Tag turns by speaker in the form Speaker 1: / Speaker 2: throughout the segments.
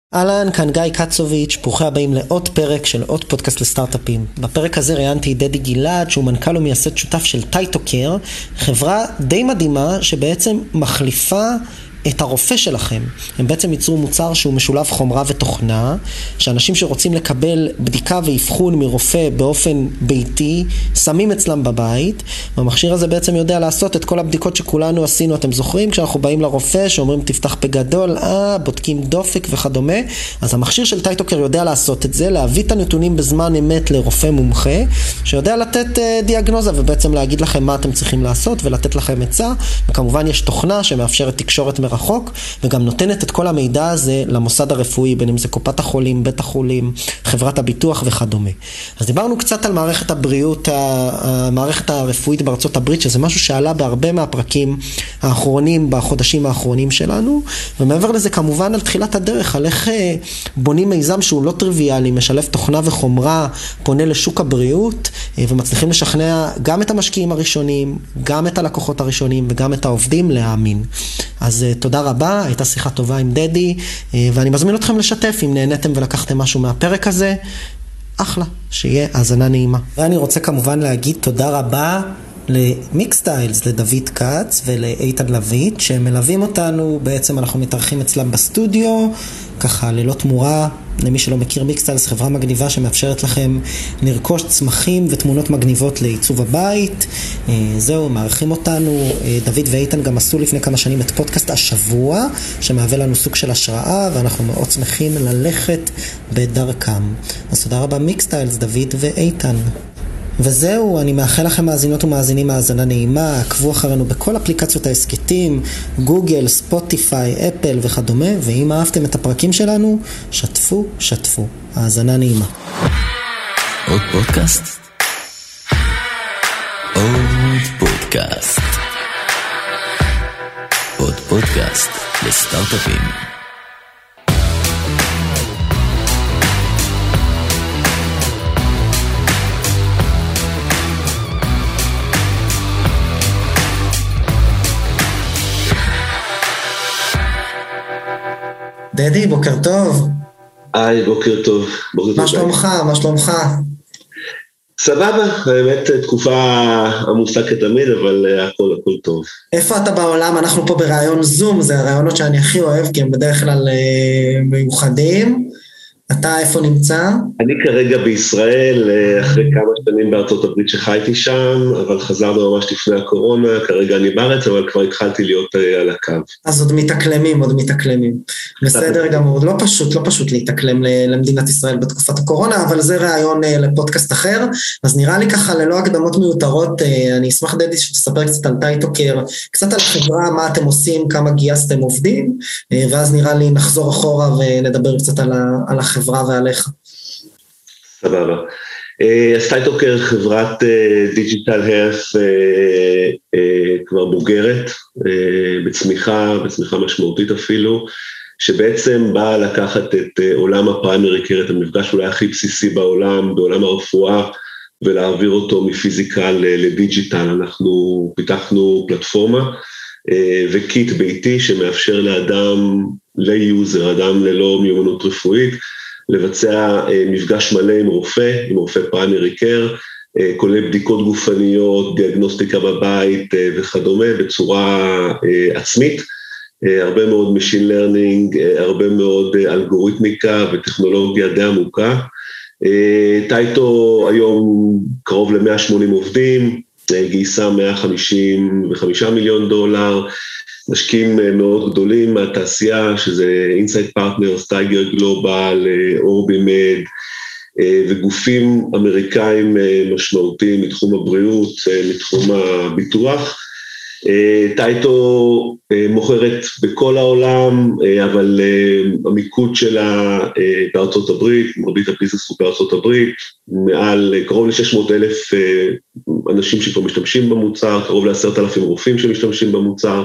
Speaker 1: אהלן, כאן גיא קצוביץ', ברוכים הבאים לעוד פרק של עוד פודקאסט לסטארט-אפים. בפרק הזה ראיינתי דדי גלעד, שהוא מנכ"ל ומייסד שותף של טייטוקר, חברה די מדהימה שבעצם מחליפה את הרופא שלכם. הם בעצם ייצרו מוצר שהוא משולב חומרה ותוכנה, שאנשים שרוצים לקבל בדיקה ואבחון מרופא באופן ביתי, שמים אצלם בבית, והמכשיר הזה בעצם יודע לעשות את כל הבדיקות שכולנו עשינו. אתם זוכרים? כשאנחנו באים לרופא שאומרים תפתח פה גדול, בודקים דופק וכדומה, אז המכשיר של טייטוקר יודע לעשות את זה, להביא את הנתונים בזמן אמת לרופא מומחה, שיודע לתת דיאגנוזה ובעצם להגיד לכם מה אתם צריכים לעשות ולתת לכם עצה. וכמובן יש תוכנה שמאפשרת תקשורת מרחוק, וגם נותנת את כל המידע הזה למוסד הרפואי, בין אם זה קופת החולים, בית החולים, חברת הביטוח וכדומה. אז דיברנו קצת על מערכת הבריאות, המערכת הרפואית בארצות הברית, שזה משהו שעלה בהרבה מהפרקים האחרונים, בחודשים האחרונים שלנו, ומעבר לזה כמובן על תחילת הדרך, על איך בונים מיזם שהוא לא טריוויאלי, משלב תוכנה וחומרה, פונה לשוק הבריאות, ומצליחים לשכנע גם את המשקיעים הראשונים, גם את הלקוחות הראשונים, וגם את העובדים להאמין. אז תודה רבה, הייתה שיחה טובה עם דדי, ואני מזמין אתכם לשתף אם נהניתם ולקחתם משהו מהפרק הזה. אחלה, שיהיה האזנה נעימה. ואני רוצה כמובן להגיד תודה רבה למיקסטיילס, לדוד קץ ולאיתן לויט, שמלווים אותנו. בעצם אנחנו מתארחים אצלם בסטודיו, ככה ללא תמורה. למי שלא מכיר, מיקסטיילס חברה מגניבה שמאפשרת לכם לרכוש צמחים ותמונות מגניבות לעיצוב הבית. זהו, מארחים אותנו. דוד ואיתן גם עשו לפני כמה שנים את פודקאסט השבוע, שמהווה לנו סוג של השראה, ואנחנו מאוד שמחים ללכת בדרכם. אז תודה רבה מיקסטיילס, דוד ואיתן. וזהו, אני מאחל לכם מאזינות ומאזינים האזנה נעימה. עקבו אחרינו בכל אפליקציות העסקתים, גוגל, ספוטיפיי, אפל וכדומה, ואם אהבתם את הפרקים שלנו, שתפו. האזנה נעימה.
Speaker 2: עוד פודקאסט? עוד פודקאסט. עוד פודקאסט לסטארט-אפים.
Speaker 1: דדי, בוקר טוב.
Speaker 3: היי, בוקר טוב.
Speaker 1: מה שלומך?
Speaker 3: סבבה, האמת תקופה עמוסה כתמיד, אבל הכל טוב.
Speaker 1: איפה אתה בעולם? אנחנו פה ברעיון זום, זה הרעיונות שאני הכי אוהב, כי הם בדרך כלל מיוחדים. אתה איפה נמצא?
Speaker 3: אני כרגע בישראל, אחרי כמה שנים בארצות הברית שחייתי שם, אבל חזרנו ממש לפני הקורונה, כרגע אני בארץ, אבל כבר התחלתי להיות על הקו.
Speaker 1: אז עוד מתאקלמים. בסדר גמור, לא פשוט להתאקלם למדינת ישראל בתקופת הקורונה, אבל זה רעיון לפודקאסט אחר. אז נראה לי ככה, ללא הקדמות מיותרות, אני אשמח דדי שתספר קצת על טייטוקר, קצת על חברה, מה אתם עושים, כמה גייסתם עובדים, ואז נראה לי נחזור אחורה ונדבר קצת על החברה ועליך.
Speaker 3: סבבה. אז טייטוקר חברת דיג'יטל הרף כבר בוגרת, בצמיחה משמעותית אפילו, שבעצם באה לקחת את עולם הפריימרי קר, את המפגש אולי הכי בסיסי בעולם הרפואה, ולהעביר אותו מפיזיקל לדיג'יטל. אנחנו פיתחנו פלטפורמה וקיט ביתי שמאפשר ליוזר, אדם ללא מיומנות רפואית, לבצע מפגש מלא עם רופא פריימרי קר, כולל בדיקות גופניות, דיאגנוסטיקה בבית וכדומה, בצורה עצמית, הרבה מאוד Machine Learning, הרבה מאוד אלגוריתמיקה וטכנולוגיה די עמוקה. טייטו היום קרוב ל-180 עובדים, גייסה $155 מיליון, משקיעים מאוד גדולים מהתעשייה, שזה Insight Partners, Tiger Global, אורבימד, וגופים אמריקאים משמעותיים מתחום הבריאות, מתחום הביטוח. טייטו מוכרת בכל העולם, אבל המיקוד שלה בארצות הברית, מרבית הביזנס הוא בארצות הברית, מעל קרוב ל-600,000 אנשים שכבר משתמשים במוצר, קרוב ל10,000 רופאים שמשתמשים במוצר,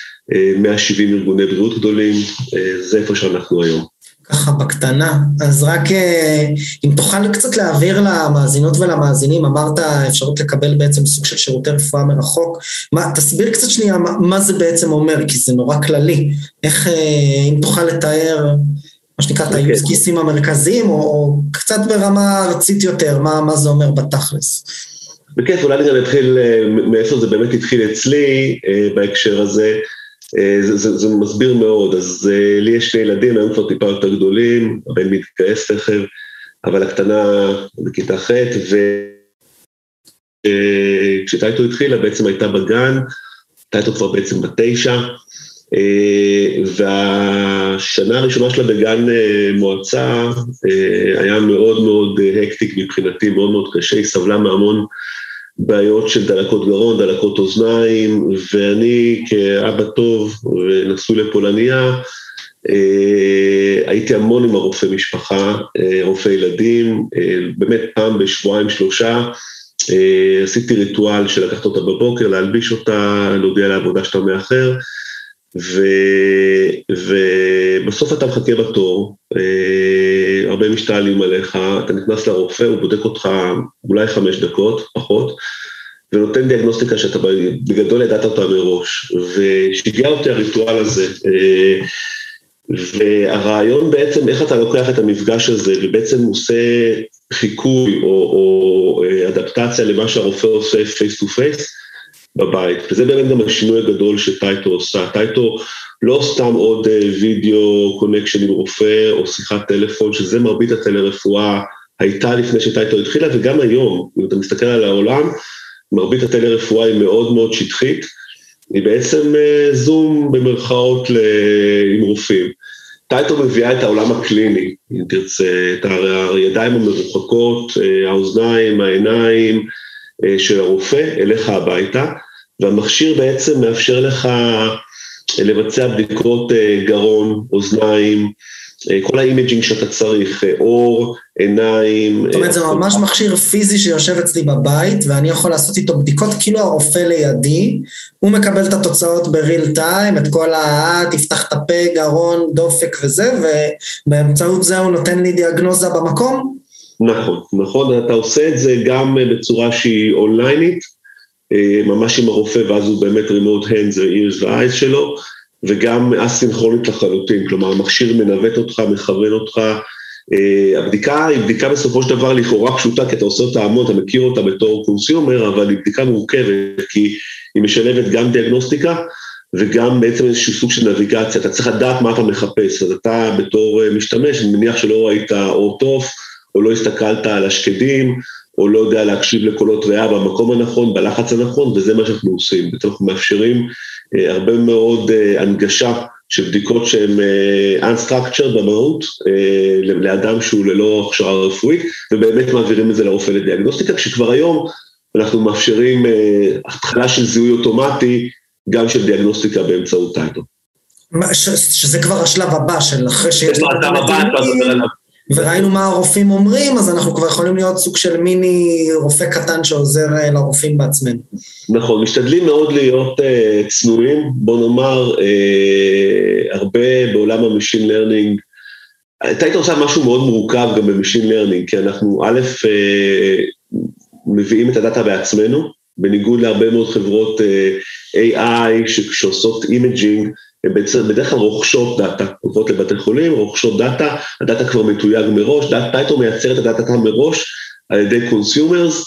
Speaker 3: 170 ארגוני בריאות גדולים, זה איפה שאנחנו היום.
Speaker 1: ככה בקטנה, אז רק אם תוכל קצת להעביר למאזינות ולמאזינים, אמרת אפשרות לקבל בעצם סוג של שירותי רפואה מרחוק, תסביר קצת שנייה מה זה בעצם אומר, כי זה נורא כללי, איך אם תוכל לתאר מה שנקרא, את היוזקיסים המרכזיים, או קצת ברמה ארצית יותר, מה זה אומר בתכלס.
Speaker 3: בכיף, אולי אני גם אתחיל, מאיפה זה באמת התחיל אצלי, בהקשר הזה, זה מסביר מאוד. אז לי יש 2 ילדים, היום כבר טיפה יותר גדולים, הבן מתגייס תכף, אבל הקטנה בכיתה ח' וכשטייטו התחילה בעצם הייתה בגן, טייטו כבר בעצם ב9, והשנה הראשונה שלה בגן מועצה היה מאוד מאוד הקטיק מבחינתי, מאוד מאוד קשה, היא סבלה מהמון בעיות של דלקות גרון, דלקות אוזניים, ואני כאבא טוב ונשוי לפולניה, הייתי המון עם הרופא משפחה, רופא ילדים, באמת פעם בשבועיים 3, עשיתי ריטואל של לקחת אותה בבוקר, להלביש אותה, להודיע לעבודה שאתה מאחר, ובסוף אתה מחכה בתור, הרבה משתעלים עליך, אתה נכנס לרופא, הוא בודק אותך אולי 5 דקות, פחות, ונותן דיאגנוסטיקה שאתה בגדול ידעת אותה מראש, ושיגע אותי הריטואל הזה, והרעיון בעצם איך אתה לוקח את המפגש הזה, ובעצם עושה חיקוי או אדפטציה למה שהרופא עושה face to face בבית, וזה באמת גם השינוי הגדול שטייטו עושה. טייטו לא סתם עוד וידאו קונקשן עם רופא או שיחת טלפון, שזה מרבית הטלרפואה הייתה לפני שטייטו התחילה, וגם היום, אם אתה מסתכל על העולם, מרבית הטלרפואה היא מאוד מאוד שטחית, היא בעצם זום במרכאות עם רופאים. טייטו מביאה את העולם הקליני, אם תרצה, את הידיים המרוחקות, האוזניים, העיניים של הרופא, אליך הביתה, והמכשיר בעצם מאפשר לך לבצע בדיקות גרון, אוזניים, כל האימג'ינג שאתה צריך, אור, עיניים.
Speaker 1: זאת אומרת, זה ממש מכשיר פיזי שיושב אצלי בבית, ואני יכול לעשות איתו בדיקות, כאילו הרופא לידי, הוא מקבל את התוצאות בריל טיים, את כל תפתח את הפה, גרון, דופק וזה, ובאמצעות זה הוא נותן לי דיאגנוזה במקום?
Speaker 3: נכון, אתה עושה את זה גם בצורה שהיא אונליינית, ממש עם הרופא, ואז הוא באמת remote hands ו-ears ו-eyes שלו, וגם אסינכרונית לחלוטין, כלומר המכשיר מנווט אותך, מכוון אותך, הבדיקה היא בדיקה בסופו של דבר לכאורה פשוטה, כי אתה עושה אותה המון, אתה מכיר אותה בתור קונסיומר, אבל היא בדיקה מורכבת, כי היא משלבת גם דיאגנוסטיקה, וגם בעצם איזשהו סוג של נביגציה, אתה צריך לדעת מה אתה מחפש, אז אתה בתור משתמש, אני מניח שלא ראית אור טוב, או לא הסתכלת על השקדים, או לא יודע להקשיב לקולות ריאה במקום הנכון, בלחץ הנכון, וזה מה שאנחנו עושים. אנחנו מאפשרים הרבה מאוד הנגשה של בדיקות שהן unstructured במהות, לאדם שהוא ללא הכשרה רפואית, ובאמת מעבירים את זה לרופא לדיאגנוסטיקה, כשכבר היום אנחנו מאפשרים התחלה של זיהוי אוטומטי, גם של דיאגנוסטיקה באמצעות טייטו.
Speaker 1: שזה כבר השלב הבא של אחרי שיש וראינו מה הרופאים אומרים, אז אנחנו כבר יכולים להיות סוג של מיני רופא קטן שעוזר לרופאים בעצמנו.
Speaker 3: נכון, משתדלים מאוד להיות צנועים, בוא נאמר, הרבה בעולם המשין לרנינג, טייטו עושה משהו מאוד מורכב גם במשין לרנינג, כי אנחנו א', מביאים את הדאטה בעצמנו, בניגוד להרבה מאוד חברות AI שעושות אימג'ינג, הן בדרך כלל רוכשות דאטה, עוברות לבתי חולים, רוכשות דאטה, הדאטה כבר מתויג מראש, טייטו מייצר את הדאטה מראש על ידי קונסיומרס,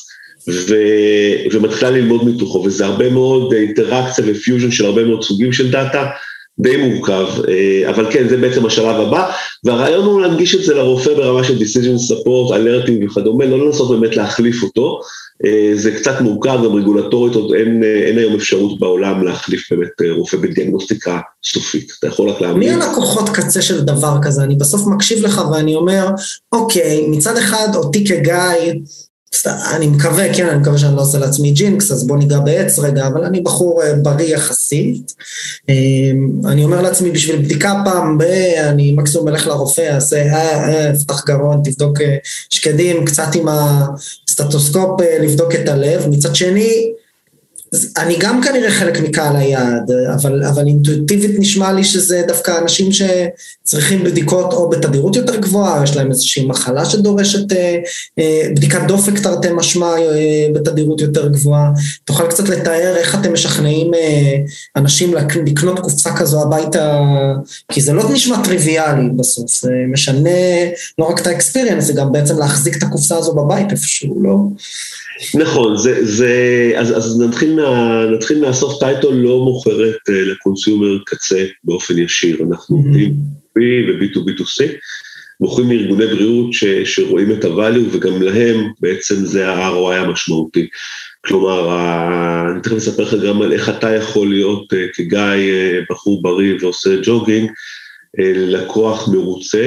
Speaker 3: ומתחילה ללמוד מתוכו, וזה הרבה מאוד אינטראקציה ופיוז'ן של הרבה מאוד סוגים של דאטה, די מורכב, אבל כן, זה בעצם השלב הבא, והרעיון הוא להנגיש את זה לרופא ברמה של decision support, alerting וכדומה, לא לנסות באמת להחליף אותו, זה קצת מורכב, גם רגולטורית, עוד אין היום אפשרות בעולם להחליף באמת רופא בדיאגנוסטיקה סופית, אתה יכול רק להאמין.
Speaker 1: מי הלקוחות קצה של דבר כזה? אני בסוף מקשיב לך ואני אומר, אוקיי, מצד אחד אותי כגיא, אני מקווה, כן, אני מקווה שאני לא עושה לעצמי ג'ינקס, אז בוא ניגע בעץ רגע, אבל אני בחור בריא יחסית, אני אומר לעצמי, בשביל בדיקה פעם אני מקסימום מלך לרופא, פתח גרון, תבדוק שקדים, קצת עם הסטטוסקופ, לבדוק את הלב, מצד שני, אני גם כנראה חלק מקהל היעד, אבל אינטואיטיבית נשמע לי שזה דווקא אנשים שצריכים בדיקות או בתדירות יותר גבוהה, יש להם איזושהי מחלה שדורשת בדיקת דופק תרתי משמע בתדירות יותר גבוהה. תוכל קצת לתאר איך אתם משכנעים אנשים לקנות קופסה כזו הביתה, כי זה לא נשמע טריוויאלי בסוף, זה משנה לא רק את האקספיריאנס, זה גם בעצם להחזיק את הקופסה הזו בבית איפשהו, לא?
Speaker 3: נכון, אז נתחיל מהסוף. טייטו לא מוכרת לקונסיומר קצה באופן ישיר, אנחנו עובדים B ו-B2B2C, מוכרים לארגוני בריאות שרואים את הvalue, וגם להם בעצם זה ה-ROI המשמעותי. כלומר, אני תכף אספר לך גם על איך אתה יכול להיות כגיא בחור בריא ועושה ג'וגינג, לקוח מרוצה.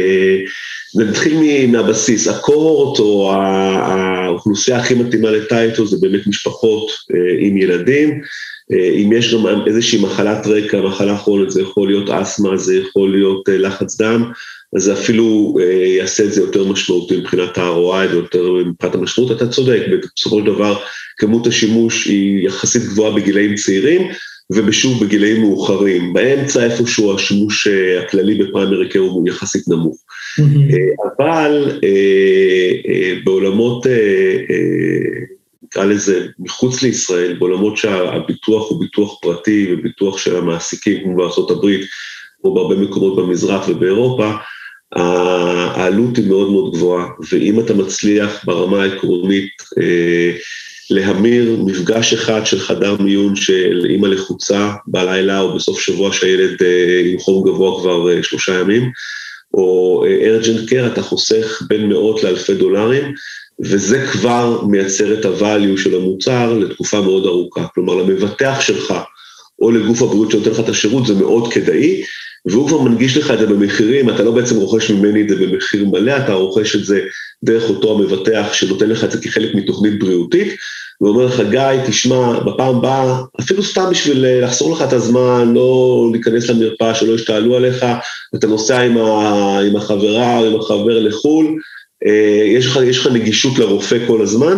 Speaker 3: נתחיל מהבסיס, הקוהורט או האוכלוסייה הכי מתאימה לטייטו זה באמת משפחות עם ילדים, אם יש גם איזושהי מחלת רקע, מחלה כרונית, זה יכול להיות אסמה, זה יכול להיות לחץ דם, אז זה אפילו יעשה את זה יותר משמעותי מבחינת ה-ROI ויותר מבחינת המשמעות. אתה צודק, בסופו של דבר כמות השימוש היא יחסית גבוהה בגילאים צעירים, ובשוב בגילאים מאוחרים, באמצע איפשהו השימוש הכללי בפריימרי קר הוא יחסית נמוך. אבל בעולמות, נקרא לזה מחוץ לישראל, בעולמות שהביטוח הוא ביטוח פרטי וביטוח של המעסיקים, כמו בארצות הברית, או בהרבה מקומות במזרח ובאירופה, העלות היא מאוד מאוד גבוהה, ואם אתה מצליח ברמה העקרונית להמיר מפגש אחד של חדר מיון של אמא לחוצה בלילה או בסוף שבוע שהילד עם חום גבוה כבר 3 ימים, או urgent care, אתה חוסך בין מאות לאלפי דולרים, וזה כבר מייצר את הvalue של המוצר לתקופה מאוד ארוכה. כלומר, למבטח שלך או לגוף הבריאות שנותן לך את השירות, זה מאוד כדאי, והוא כבר מנגיש לך את זה במחירים, אתה לא בעצם רוכש ממני את זה במחיר מלא, אתה רוכש את זה דרך אותו המבטח שנותן לך את זה כחלק מתוכנית בריאותית, ואומר לך, גיא, תשמע, בפעם הבאה, אפילו סתם בשביל לחסור לך את הזמן, לא להיכנס למרפאה שלא ישתעלו עליך, אתה נוסע עם החברה או עם החבר לחול, יש לך נגישות לרופא כל הזמן,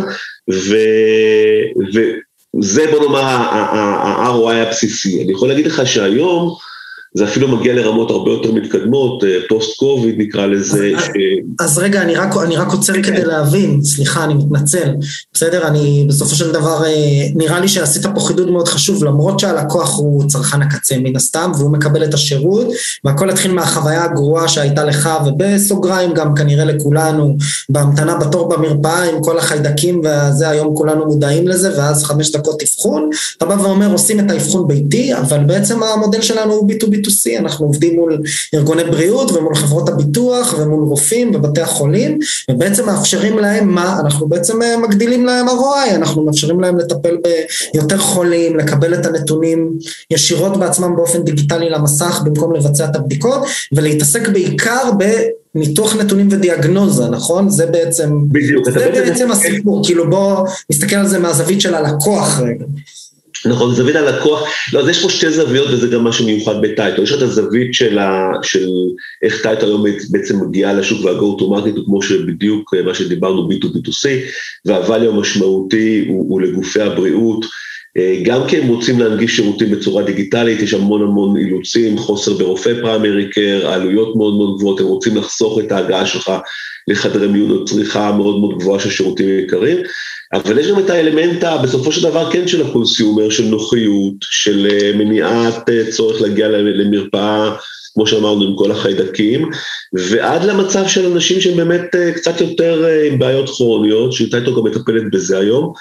Speaker 3: וזה בוא נאמר ה-ROI הבסיסי. אני יכול להגיד לך שהיום, זה אפילו מגיע לרמות הרבה יותר מתקדמות, פוסט קוביד נקרא לזה.
Speaker 1: אז רגע, אני רק עוצר כדי להבין, סליחה, אני מתנצל, בסדר, אני בסופו של דבר, נראה לי שעשית פה חידוד מאוד חשוב, למרות שהלקוח הוא צרכן הקצה מן הסתם, והוא מקבל את השירות, והכל התחיל מהחוויה הגרועה שהייתה לך, ובסוגריים גם כנראה לכולנו, בהמתנה בתור במרפאה, עם כל החיידקים, וזה היום כולנו מודעים לזה, ואז 5 דקות אבחון, אתה בא ואומר, עושים את האבחון ביתי, אבל בעצם המודל שלנו הוא B2B2C, אנחנו עובדים מול ארגוני בריאות ומול חברות הביטוח ומול רופאים ובתי החולים, ובעצם מאפשרים להם מה? אנחנו בעצם מגדילים להם ROI, אנחנו מאפשרים להם לטפל ביותר חולים, לקבל את הנתונים ישירות בעצמם באופן דיגיטלי למסך, במקום לבצע את הבדיקות, ולהתעסק בעיקר ניתוח נתונים ודיאגנוזה, נכון? זה בעצם,
Speaker 3: בדיוק,
Speaker 1: זה בעצם הסיפור, כאילו בוא נסתכל על זה מהזווית של הלקוח רגע.
Speaker 3: נכון, זווית הלקוח, לא, אז יש פה 2 זוויות וזה גם משהו מיוחד בטייטו, יש את הזווית של איך טייטו היום בעצם מגיעה לשוק וה-go to market, הוא כמו שבדיוק מה שדיברנו B2B2C, והvalue המשמעותי הוא לגופי הבריאות, גם כי הם רוצים להנגיש שירותים בצורה דיגיטלית, יש המון אילוצים, חוסר ברופא פריימרי קר, עלויות מאוד מאוד גבוהות, הם רוצים לחסוך את ההגעה שלך לחדרי מיון או צריכה מאוד מאוד גבוהה של שירותים יקרים, אבל יש גם את האלמנט בסופו של דבר כן של הקונסיומר, של נוחיות, של מניעת צורך להגיע למרפאה, כמו שאמרנו עם כל החיידקים, ועד למצב של אנשים שהם באמת קצת יותר עם בעיות כרוניות, שטייטו גם מטפלת בזה היום,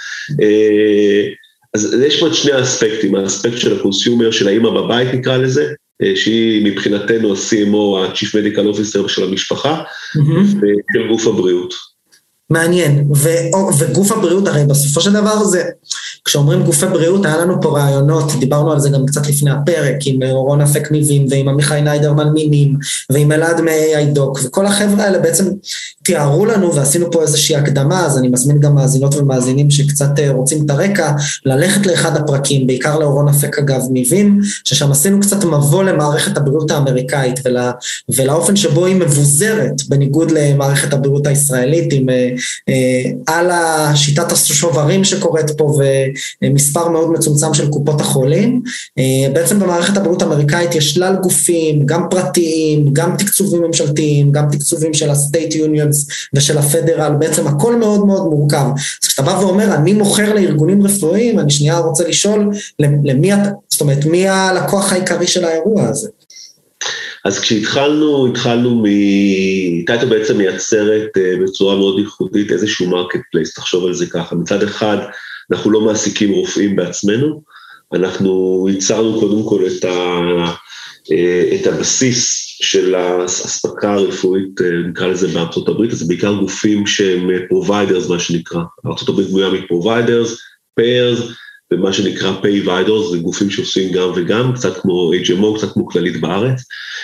Speaker 3: אז יש פה את 2 האספקטים, האספקט של הקונסיומר, של האמא בבית נקרא לזה, שהיא מבחינתנו ה-CMO, ה-Chief Medical Officer של המשפחה, ושל גוף הבריאות.
Speaker 1: מעניין, וגוף הבריאות, הרי בסופו של דבר זה, כשאומרים גופי בריאות, היה לנו פה רעיונות, דיברנו על זה גם קצת לפני הפרק, עם אורון אפק ניבים, ועם עמיחי ניידרמן מינים, ועם אלעד מאיידוק, וכל החבר'ה האלה בעצם תיארו לנו, ועשינו פה איזושהי הקדמה, אז אני מזמין גם מאזינות ומאזינים שקצת רוצים את הרקע, ללכת לאחד הפרקים, בעיקר לאורון אפק אגב ניבים, ששם עשינו קצת מבוא למערכת הבריאות האמריקאית, ולאופן שבו היא מבוזרת, בניגוד למערכת הבריאות הישראלית, עם על השיטת השוברים שקורית פה, ומספר מאוד מצומצם של קופות החולים. בעצם במערכת הבריאות האמריקאית יש שלל גופים, גם פרטיים, גם תקצובים ממשלתיים, גם תקצובים של ה-State Unions ושל הפדרל, בעצם הכל מאוד מאוד מורכב. אז כשאתה בא ואומר, אני מוכר לארגונים רפואיים, אני שנייה רוצה לשאול, זאת אומרת, מי הלקוח העיקרי של האירוע הזה?
Speaker 3: אז כשהתחלנו, טייטו בעצם מייצרת בצורה מאוד ייחודית איזשהו מרקט פלייס, תחשוב על זה ככה. מצד אחד, אנחנו לא מעסיקים רופאים בעצמנו, אנחנו ייצרנו קודם כל את הבסיס של ההספקה הרפואית, נקרא לזה בארצות הברית, אז זה בעיקר גופים שהם providers, מה שנקרא. ארצות הברית בנויה מ-providers, payers, ומה שנקרא payviders, זה גופים שעושים גם וגם, קצת כמו HMO, קצת כמו כללית בארץ.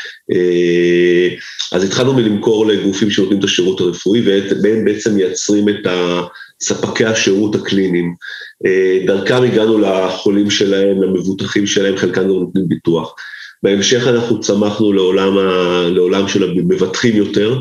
Speaker 3: אז התחלנו מלמכור לגופים שנותנים את השירות הרפואי, והם בעצם מייצרים את ספקי השירות הקליניים. דרכם הגענו לחולים שלהם, למבוטחים שלהם, חלקם גם נותנים ביטוח. בהמשך אנחנו צמחנו לעולם של המבטחים יותר,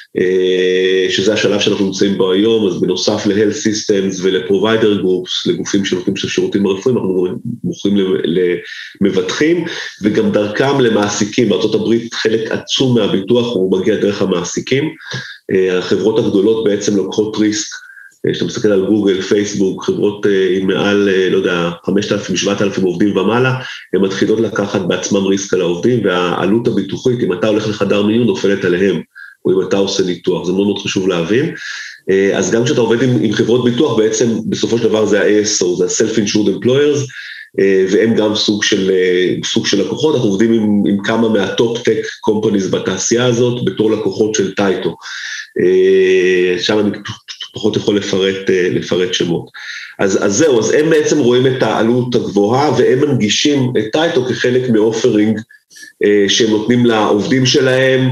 Speaker 3: שזה השלב שאנחנו נמצאים בו היום, אז בנוסף ל-Health Systems ול-Provider Groups, לגופים שנותנים של שירותים הרפואיים, אנחנו מוכרים למבטחים, וגם דרכם למעסיקים. בארצות הברית חלק עצום מהביטוח הוא מגיע דרך המעסיקים, החברות הגדולות בעצם לוקחות ריסק, כשאתה מסתכל על גוגל, פייסבוק, חברות עם מעל, לא יודע, 5,000, 7,000 עובדים ומעלה, הן מתחילות לקחת בעצמם ריסק על העובדים, והעלות הביטוחית, אם אתה הולך לחדר מיון, נופלת עליהם, או אם אתה עושה ניתוח, זה מאוד מאוד חשוב להבין. אז גם כשאתה עובד עם חברות ביטוח, בעצם בסופו של דבר זה ה-ASO, זה ה-Self-Insured Employers, והם גם סוג של לקוחות. אנחנו עובדים עם כמה מהטופ-טק קומפניז בתעשייה הזאת, בתור לקוחות של טייטו. שם אני פחות יכול לפרט שמות. אז זהו, אז הם בעצם רואים את העלות הגבוהה, והם מנגישים את טייטו כחלק מאופרינג, שהם נותנים לעובדים שלהם,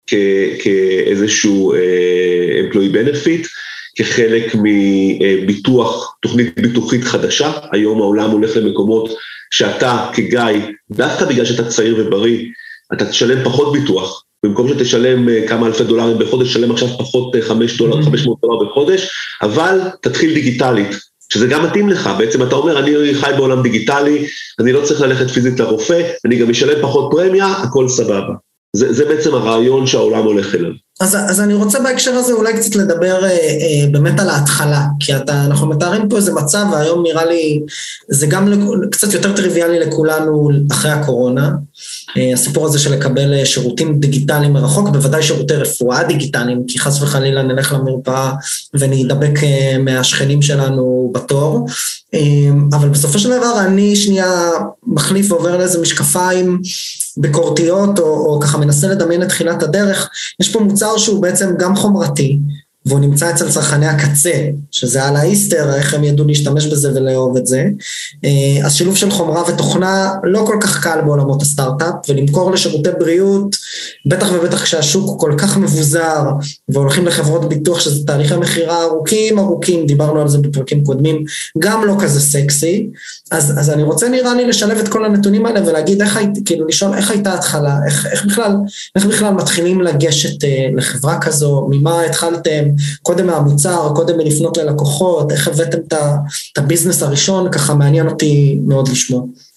Speaker 3: כאיזשהו employee benefit, כחלק מביטוח, תוכנית ביטוחית חדשה. היום העולם הולך למקומות שאתה כגיא, דווקא בגלל שאתה צעיר ובריא, אתה תשלם פחות ביטוח, במקום שתשלם כמה אלפי דולרים בחודש, תשלם עכשיו פחות $500 בחודש, אבל תתחיל דיגיטלית, שזה גם מתאים לך. בעצם אתה אומר, אני חי בעולם דיגיטלי, אני לא צריך ללכת פיזית לרופא, אני גם אשלם פחות פרמיה, הכל סבבה. זה בעצם הרעיון שהעולם הולך אליו.
Speaker 1: אז אני רוצה בהקשר הזה אולי קצת לדבר באמת על ההתחלה, כי אנחנו מתארים פה איזה מצב, והיום נראה לי, זה גם קצת יותר טריוויאלי לכולנו אחרי הקורונה, הסיפור הזה של לקבל שירותים דיגיטליים מרחוק, בוודאי שירותי רפואה דיגיטליים, כי חס וחלילה נלך למרפאה ונדבק מהשכנים שלנו בתור, אבל בסופו של דבר אני שנייה מחליף ועובר לאיזה משקפיים ביקורתיות, או ככה מנסה לדמיין את תחילת הדרך. יש פה מוצר שהוא בעצם גם חומרתי, והוא נמצא אצל צרכני הקצה, שזה על האיסטר, איך הם ידעו להשתמש בזה ולאהוב את זה. אז שילוב של חומרה ותוכנה לא כל כך קל בעולמות הסטארט-אפ, ולמכור לשירותי בריאות, בטח ובטח כשהשוק כל כך מבוזר, והולכים לחברות ביטוח שזה תהליכי מחירה ארוכים, דיברנו על זה בפרקים קודמים, גם לא כזה סקסי. אז אני רוצה נראה לי לשלב את כל הנתונים האלה, ולהגיד לשאול איך הייתה התחלה, איך בכלל מתחילים לגשת לחברה כזו, ממה התחלתם, קודם מהמוצר, קודם מלפנות ללקוחות, איך הבאתם את הביזנס הראשון, ככה מעניין אותי מאוד לשמוע.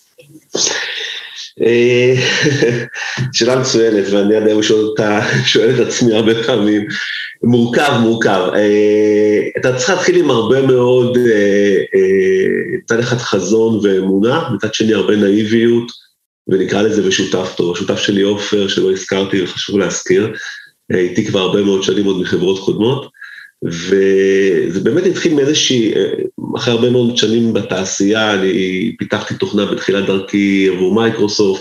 Speaker 3: שאלה מצוינת, ואני עדיין שואל את עצמי הרבה פעמים, מורכב. אתה צריך להתחיל עם הרבה מאוד, מצד אחד חזון ואמונה, מצד שני הרבה נאיביות, ונקרא לזה בשותף טוב. השותף שלי עופר, שלא הזכרתי וחשוב להזכיר, הייתי כבר הרבה מאוד שנים עוד מחברות קודמות, וזה באמת התחיל מאיזושהי, אחרי הרבה מאוד שנים בתעשייה, אני פיתחתי תוכנה בתחילת דרכי עבור מייקרוסופט,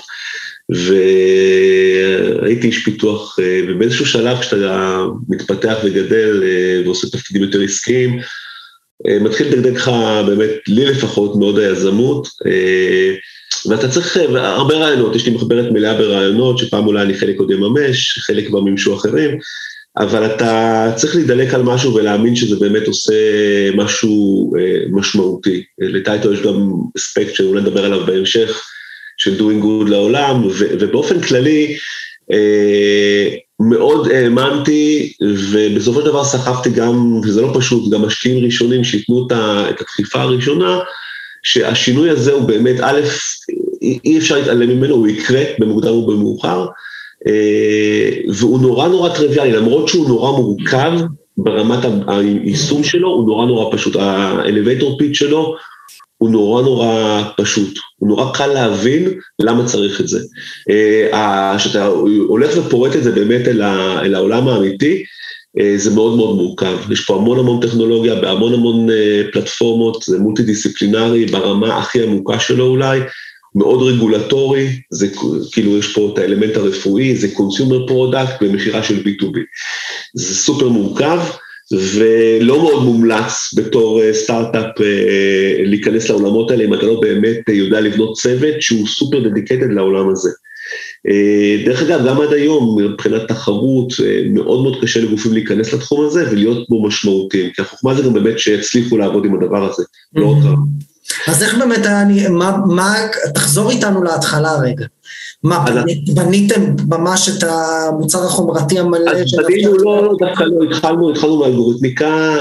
Speaker 3: והייתי איש פיתוח, ובאיזשהו שלב כשאתה מתפתח וגדל ועושה תפקידים יותר עסקיים, מתחיל לדגדג לך באמת, לי לפחות, מאוד היזמות, ואתה צריך הרבה רעיונות, יש לי מחברת מלאה ברעיונות, שפעם אולי אני חלק עוד יממש, חלק כבר מימשו אחרים, אבל אתה צריך להידלק על משהו ולהאמין שזה באמת עושה משהו משמעותי. לטייטו יש גם אספקט שאולי נדבר עליו בהמשך, של doing good לעולם, ובאופן כללי, מאוד האמנתי, ובסופו של דבר סחבתי גם, וזה לא פשוט, גם משקיעים ראשונים שיתנו את הדחיפה הראשונה, שהשינוי הזה הוא באמת, א', אי אפשר להתעלם ממנו, הוא יקרה במוקדם ובמאוחר, והוא נורא נורא טריוויאלי, למרות שהוא נורא מורכב ברמת היישום שלו, הוא נורא נורא פשוט, האלווייטור פיץ' שלו, הוא נורא נורא פשוט, הוא נורא קל להבין למה צריך את זה. כשאתה הולך ופורט את זה באמת אל העולם האמיתי, זה מאוד מאוד מורכב. יש פה המון המון טכנולוגיה, בהמון המון פלטפורמות, זה מולטי דיסציפלינרי, ברמה הכי עמוקה שלו אולי, מאוד רגולטורי, זה כאילו יש פה את האלמנט הרפואי, זה קונסיומר פרודקט במחירה של B2B. זה סופר מורכב, ולא מאוד מומלץ בתור סטארט-אפ להיכנס לעולמות האלה, אם אתה לא באמת יודע לבנות צוות שהוא סופר דדיקטד לעולם הזה. דרך אגב, גם עד היום, מבחינת תחרות, מאוד מאוד קשה לגופים להיכנס לתחום הזה ולהיות בו משמעותיים, כי החוכמה זה גם באמת שיצליחו לעבוד עם הדבר הזה, לא עוד רב.
Speaker 1: אז איך באמת, תחזור איתנו להתחלה רגע. מה, בניתם ממש את המוצר החומרתי המלא?
Speaker 3: אז בנינו, לא, דווקא לא, התחלנו מאלגוריתמיקה,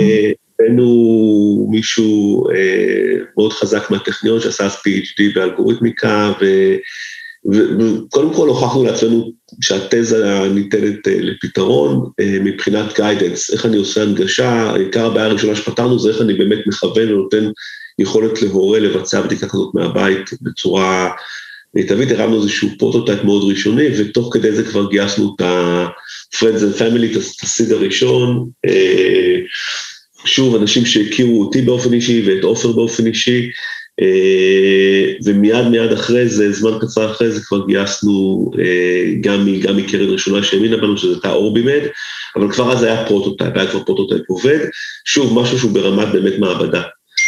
Speaker 3: הבאנו מישהו מאוד חזק מהטכניון שעשה PhD באלגוריתמיקה, וקודם כל הוכחנו לעצמנו שהתזה ניתנת לפתרון מבחינת גיידנס, איך אני עושה הנגשה, העיקר הבעיה הראשונה שפתרנו זה איך אני באמת מכוון ונותן יכולת להורה לבצע בדיקה כזאת מהבית בצורה מיטבית, הרמנו איזשהו פרוטוטייפ מאוד ראשוני, ותוך כדי זה כבר גייסנו את ה-Friends and Family, את הסיד הראשון, שוב, אנשים שהכירו אותי באופן אישי ואת אופר באופן אישי, ומיד אחרי זה, זמן קצר אחרי זה כבר גייסנו גם מקרן ראשונה שהאמינה בנו, שזה הייתה אורבימד, אבל כבר אז היה פרוטוטייפ, היה כבר פרוטוטייפ עובד, שוב, משהו שהוא ברמת באמת מעבדה.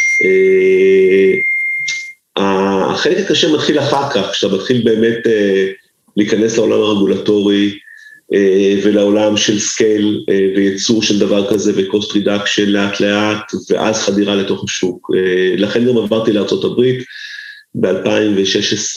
Speaker 3: החלק הקשה מתחיל אחר כך, כשאתה מתחיל באמת להיכנס לעולם הרגולטורי, ולעולם של סקייל וייצור של דבר כזה וקוסט רידקשן לאט לאט, ואז חדירה לתוך השוק. לכן גם עברתי לארצות הברית, ב-2016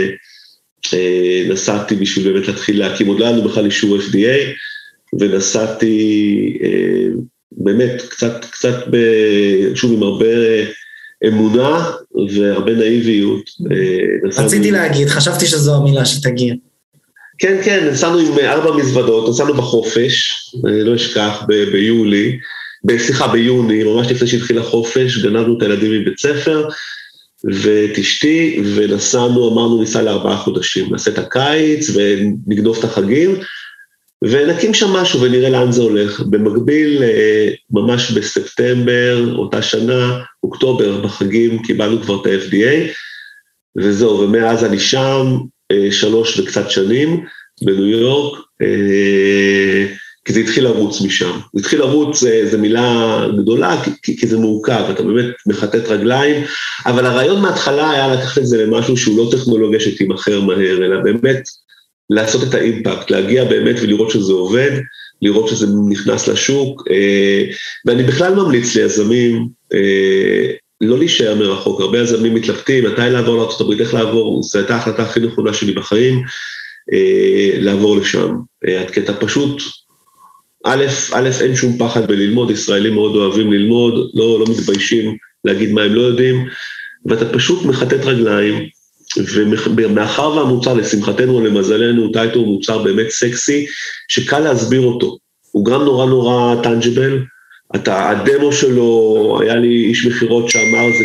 Speaker 3: נסעתי בשביל באמת להתחיל להקים, עוד לא היה לנו בכלל אישור FDA, ונסעתי באמת קצת שוב עם הרבה אמונה והרבה נאיביות.
Speaker 1: רציתי להגיד, חשבתי שזו המילה שתגיע.
Speaker 3: כן, נסענו עם 4 מזוודות, נסענו בחופש, לא אשכח, ביוני, ממש לפני שהתחיל החופש, גנבנו את הילדים מבית ספר, ואת אשתי, ונסענו, אמרנו ניסע ל4 חודשים, נעשה את הקיץ, ונגנוב את החגים, ונקים שם משהו ונראה לאן זה הולך. במקביל, ממש בספטמבר, אותה שנה, אוקטובר, בחגים, קיבלנו כבר את ה-FDA, וזהו, ומאז אני שם, 3 וקצת שנים בניו יורק, כי זה התחיל לרוץ משם. זה התחיל לרוץ, זו מילה גדולה, כי זה מורכב, אתה באמת מחטט רגליים, אבל הרעיון מההתחלה היה לקחת את זה למשהו שהוא לא טכנולוגיה שתימכר מהר, אלא באמת לעשות את האימפקט, להגיע באמת ולראות שזה עובד, לראות שזה נכנס לשוק, ואני בכלל ממליץ ליזמים, לא להישאר מרחוק, הרבה יזמים מתלבטים, מתי לעבור לארצות הברית, איך לעבור, זו הייתה ההחלטה הכי נכונה שלי בחיים, לעבור לשם. הקטע פשוט, א', אין שום פחד בללמוד, ישראלים מאוד אוהבים ללמוד, לא מתביישים להגיד מה הם לא יודעים, ואתה פשוט מחטט רגליים, ומאחר והמוצר, לשמחתנו או למזלנו, טייטו הוא מוצר באמת סקסי, שקל להסביר אותו, הוא גם נורא נורא טנג'יבל, הדמו שלו, היה לי איש מחירות שאמר, זה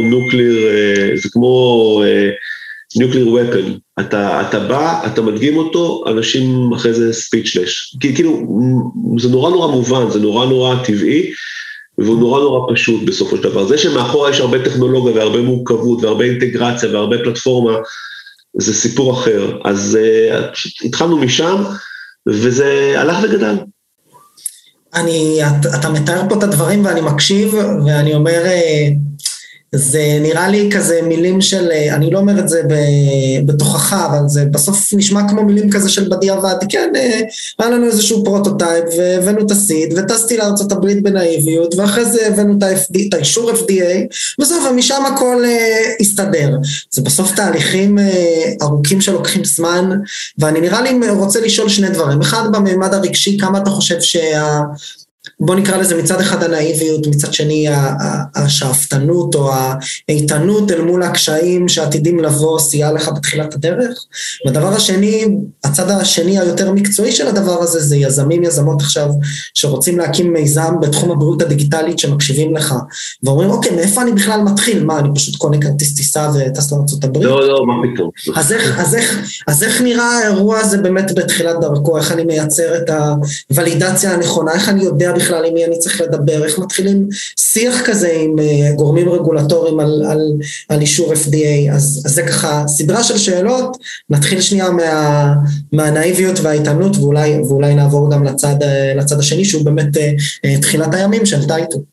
Speaker 3: כמו nuclear weapon, אתה בא, אתה מדגים אותו, אנשים אחרי זה speechless, כאילו, זה נורא נורא מובן, זה נורא נורא טבעי, והוא נורא נורא פשוט בסופו של דבר. זה שמאחורה יש הרבה טכנולוגיה והרבה מורכבות והרבה אינטגרציה והרבה פלטפורמה, זה סיפור אחר. אז התחלנו משם, וזה הלך וגדל.
Speaker 1: אתה מתאר פה את הדברים ואני מקשיב, ואני אומר, זה נראה לי כזה מילים של, אני לא אומר את זה בתוכחה, אבל זה בסוף נשמע כמו מילים כזה של בדיעבד, כן, היה לנו איזשהו פרוטוטייפ, והבאנו את הסיד, וטסתי לארצות הברית בנאיביות, ואחרי זה הבאנו את האישור FDA, בסוף ומשם הכל הסתדר. זה בסוף תהליכים ארוכים שלוקחים זמן, ואני נראה לי רוצה לשאול שני דברים. אחד, בממד הרגשי, כמה אתה חושב בוא נקרא לזה מצד אחד הנאיביות, מצד שני השאפתנות או האיתנות אל מול הקשיים שעתידים לבוא סייע לך בתחילת הדרך. והדבר השני, הצד השני היותר מקצועי של הדבר הזה, זה יזמים, יזמות עכשיו שרוצים להקים מיזם בתחום הבריאות הדיגיטלית שמקשיבים לך, ואומרים אוקיי, מאיפה אני בכלל מתחיל? מה, אני פשוט קונה כרטיס טיסה וטס לארצות הברית?
Speaker 3: לא, מה פתאום.
Speaker 1: אז איך נראה האירוע הזה באמת בתחילת דרכו? איך אני מייצר את הוולידציה הנכונה? איך אני יודע בכלל עם מי אני צריך לדבר, איך מתחילים שיח כזה עם גורמים רגולטוריים על אישור FDA, אז זה ככה סדרה של שאלות, נתחיל שנייה מהנאיביות והאיתנות, ואולי נעבור גם לצד השני, שהוא באמת תחילת הימים של טייטו.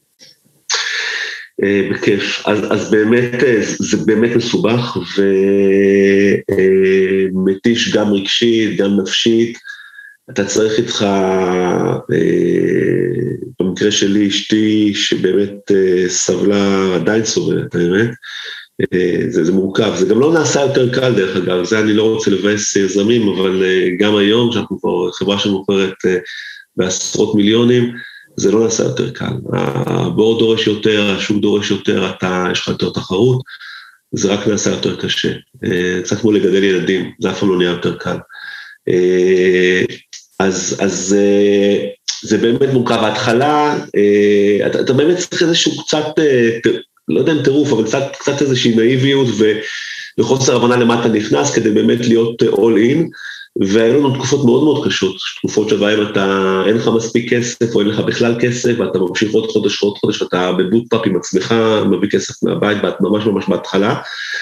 Speaker 3: בכיף, אז באמת, זה באמת מסובך, ומתיש גם רגשית, גם נפשית, אתה צריך איתך, במקרה שלי אשתי שבאמת סבלה, עדיין סובלת, האמת, זה מורכב, זה גם לא נעשה יותר קל דרך אגב, זה אני לא רוצה לבאס יזמים, אבל גם היום שאנחנו כבר חברה שמוכרת בעשרות מיליונים, זה לא נעשה יותר קל, הבורד דורש יותר, השוק דורש יותר, יש לך יותר תחרות, זה רק נעשה יותר קשה, קצת כמו לגדל ילדים, זה אף פעם לא נהיה יותר קל. אז זה באמת מורכב, ההתחלה, אתה באמת צריך איזשהו קצת, לא יודע אם טירוף, אבל קצת איזושהי נאיביות וחוסר הבנה למה אתה נכנס, כדי באמת להיות all in, והיו לנו תקופות מאוד מאוד קשות, תקופות שבהן אין לך מספיק כסף, או אין לך בכלל כסף, ואתה ממשיך עוד חודש, ואתה בבוטפאפ עם עצמך, מביא כסף מהבית, ממש בהתחלה,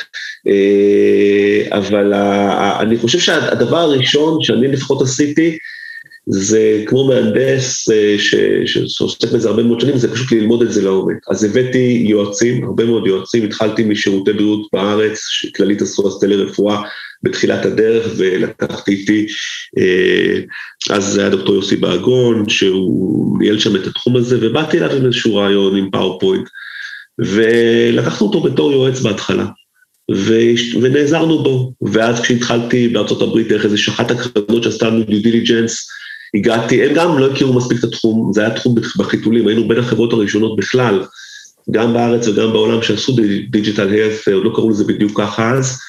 Speaker 3: אבל אני חושב שהדבר הראשון שאני לפחות עשיתי, זה כמו מהנדס שעוסק בזה הרבה מאוד שנים, זה פשוט ללמוד את זה לעומק. אז הבאתי יועצים, הרבה מאוד יועצים, התחלתי משירותי בריאות בארץ, כללית עשו אז טלרפואה בתחילת הדרך, ולקחתי איתי, אז זה היה דוקטור יוסי באגון, שהוא ניהל שם את התחום הזה, ובאתי אליו עם איזשהו רעיון עם פאורפוינט, ולקחנו אותו בתור יועץ בהתחלה. ונעזרנו בו, ואז כשהתחלתי בארצות הברית, דרך איזה שחת הקרנות שעשתה לנו דיו דיליג'נס, הגעתי, הם גם לא הכירו מספיק את התחום, זה היה תחום בחיתולים, היינו בין החברות הראשונות בכלל, גם בארץ וגם בעולם שעשו דיג'יטל הלף, עוד לא קראו לזה בדיוק ככה אז,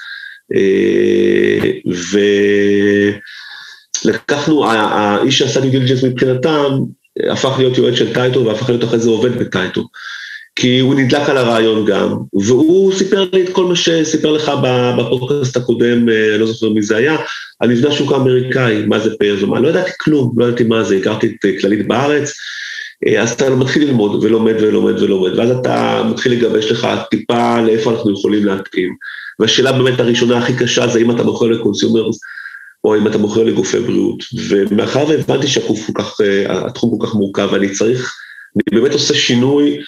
Speaker 3: ולקחנו, האיש שעשה דיו דיליג'נס מבחינתם, הפך להיות יועץ של טייטו, והפך להיות אחרי זה עובד בטייטו, כי הוא נדלק על הרעיון גם, והוא סיפר לי את כל מה שסיפר לך בפודקאסט הקודם, אני לא זוכר מי זה היה, על מבנה שוק האמריקאי, מה זה פיירס ומה, לא ידעתי כלום, לא ידעתי מה זה, הכרתי את כללית בארץ, אז אתה מתחיל ללמוד ולומד, ואז אתה מתחיל לגבש לך טיפה לאיפה אנחנו יכולים להתאים, והשאלה באמת הראשונה הכי קשה זה אם אתה מוכר לקונסיומרס, או אם אתה מוכר לגופי בריאות, ומאחר והבנתי שהתחום כל כך מורכב, ואני אני באמת עושה שינוי,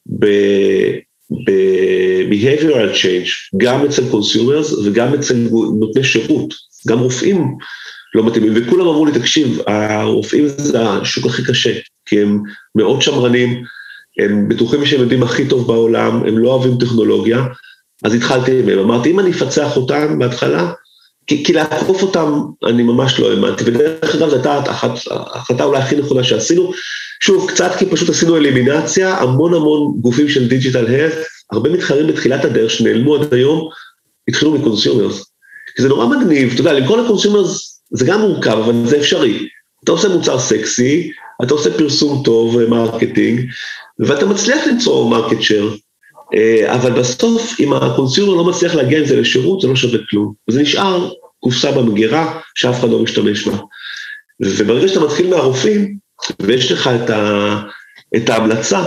Speaker 3: ב-behavioral change, גם אצל consumers וגם אצל נותני שירות, גם רופאים לא מתאימים, וכולם אמרו לי, תקשיב, הרופאים זה השוק הכי קשה, כי הם מאוד שמרנים, הם בטוחים שהם יודעים הכי טוב בעולם, הם לא אוהבים טכנולוגיה, אז התחלתי מהם, אמרתי, אם אני אפצח אותם בהתחלה, כי לעקוף אותם אני ממש לא האמנתי, ודרך אגב זו הייתה ההחלטה אולי הכי נכונה שעשינו, שוב, קצת כי פשוט עשינו אלימינציה, המון גופים של דיג'יטל הלף, הרבה מתחרים בתחילת הדרך שנעלמו עד היום, התחילו מקונסיומרס. כי זה נורא מגניב, אתה יודע, למכור לקונסיומרס זה גם מורכב, אבל זה אפשרי. אתה עושה מוצר סקסי, אתה עושה פרסום טוב, מרקטינג, ואתה מצליח למצוא מרקט שייר, אבל בסוף, אם הקונסיומר לא מצליח להגיע עם זה לשירות, זה לא שווה כלום. וזה נשאר קופסה במגירה, שאף אחד לא משתמש בה. וברגע שאתה מתחיל מהרופאים, ויש לך את ההמלצה,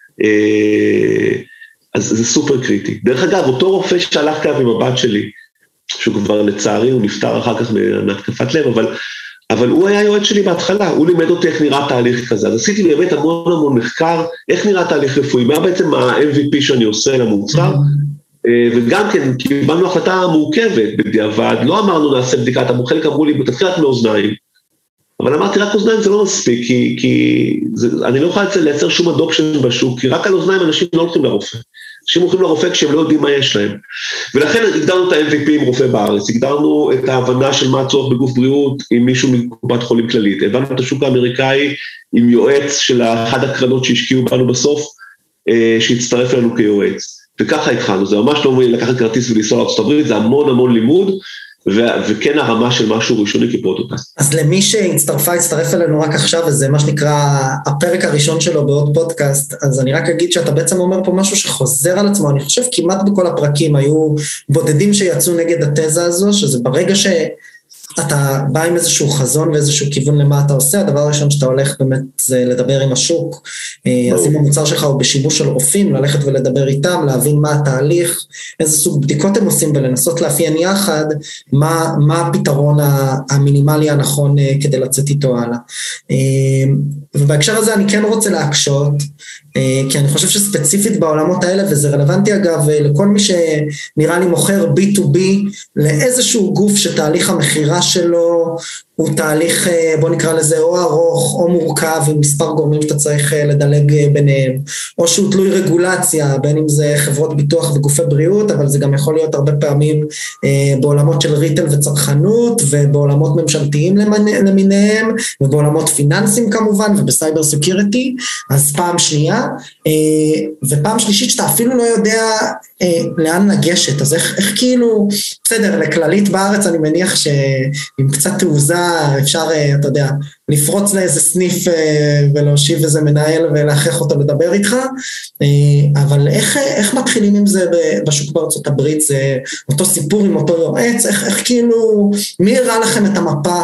Speaker 3: אז זה סופר קריטי. דרך אגב, אותו רופא שהלכתי עם הבת שלי, שהוא כבר לצערי, הוא נפטר אחר כך מהתקפת לב, אבל אבל הוא היה יועץ שלי בהתחלה, הוא לימד אותי איך נראה תהליך כזה, אז עשיתי באמת המון מחקר, איך נראה תהליך רפואי, מה בעצם ה-MVP שאני עושה למוצר, וגם כן, קיבלנו החלטה מורכבת בדיעבד, לא אמרנו נעשה בדיקת, חלק אמרו לי, תתחיל רק מאוזניים, אבל אמרתי, רק אוזניים זה לא מספיק, כי אני לא יכולה לייצר שום אדופשן בשוק, כי רק על אוזניים אנשים לא הולכים לרופא. אנשים הולכים לרופא כשהם לא יודעים מה יש להם. ולכן הגדרנו את ה-MVP עם רופא בארץ, הגדרנו את ההבנה של מה הצורך בגוף בריאות עם מישהו מקופת חולים כללית, הבנו את השוק האמריקאי עם יועץ של אחד הקרנות שהשקיעו בנו בסוף, שהצטרף אלינו כיועץ. וככה התחלנו, זה ממש לא לקחת כרטיס ולנסוע לארצות הברית, זה המון לימוד, וכן הרמה של משהו ראשוני כפרוטוטייפ.
Speaker 1: אז למי הצטרף אלינו רק עכשיו, וזה מה שנקרא הפרק הראשון שלו בעוד פודקאסט, אז אני רק אגיד שאתה בעצם אומר פה משהו שחוזר על עצמו, אני חושב כמעט בכל הפרקים היו בודדים שיצאו נגד התזה הזו, שזה ברגע אתה בא עם איזשהו חזון ואיזשהו כיוון למה אתה עושה, הדבר הראשון שאתה הולך באמת זה לדבר עם השוק, אז אם המוצר שלך הוא בשימוש של רופאים, ללכת ולדבר איתם, להבין מה התהליך, איזה סוג בדיקות הם עושים, ולנסות לאפיין יחד מה הפתרון המינימלי הנכון כדי לצאת איתו הלאה. ובהקשר הזה אני כן רוצה להקשות, כי אני חושב שספציפית בעולמות האלה, וזה רלוונטי אגב לכל מי שנראה לי מוכר B2B, לאיזשהו גוף שתהליך המחירה שלו הוא תהליך, בוא נקרא לזה, או ארוך או מורכב, עם מספר גורמים שאתה צריך לדלג ביניהם, או שהוא תלוי רגולציה, בין אם זה חברות ביטוח וגופי בריאות, אבל זה גם יכול להיות הרבה פעמים בעולמות של ריטל וצרכנות, ובעולמות ממשלתיים למיניהם, ובעולמות פיננסים כמובן, ובסייבר סקיוריטי, אז פעם שנייה, ופעם שלישית שאתה אפילו לא יודע לאן לגשת, אז איך כאילו, בסדר, לכללית בארץ אני מניח שעם קצת תעוזה אפשר, אתה יודע, לפרוץ לאיזה סניף ולהושיב איזה מנהל ולהכריח אותו לדבר איתך, אבל איך מתחילים עם זה בשוק בארצות הברית, זה אותו סיפור עם אותו יועץ, איך כאילו, מי הראה לכם את המפה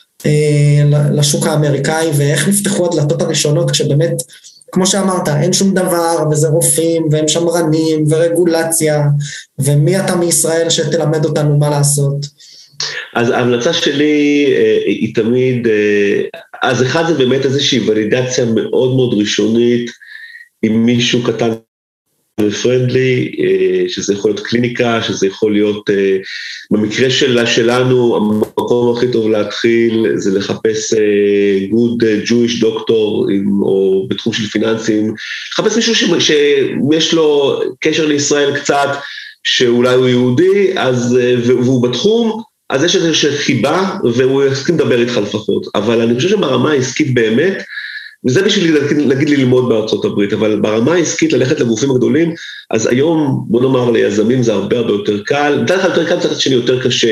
Speaker 1: לשוק האמריקאי, ואיך נפתחו הדלתות הראשונות כשבאמת, כמו שאמרת, אין שום דבר, וזה רופאים, והם שמרנים, ורגולציה, ומי אתה מישראל שתלמד אותנו מה לעשות?
Speaker 3: אז ההמלצה שלי היא תמיד, אז אחד זה באמת איזושהי ולידציה מאוד ראשונית, עם מישהו קטן ופרנדלי, שזה יכול להיות קליניקה, שזה יכול להיות, במקרה שלנו, המקום הכי טוב להתחיל, זה לחפש good Jewish doctor, או בתחום של פיננסים, לחפש מישהו שיש לו קשר לישראל קצת, שאולי הוא יהודי, והוא בתחום, אז יש איזושהי חיבה, והוא יסכים לדבר איתך לפחות, אבל אני חושב שברמה העסקית באמת, וזה בשביל להגיד ללמוד בארצות הברית, אבל ברמה העסקית ללכת לגופים הגדולים, אז היום, בוא נאמר, ליזמים זה הרבה יותר קל, מצד אחד יותר קל, מצד שני יותר קשה,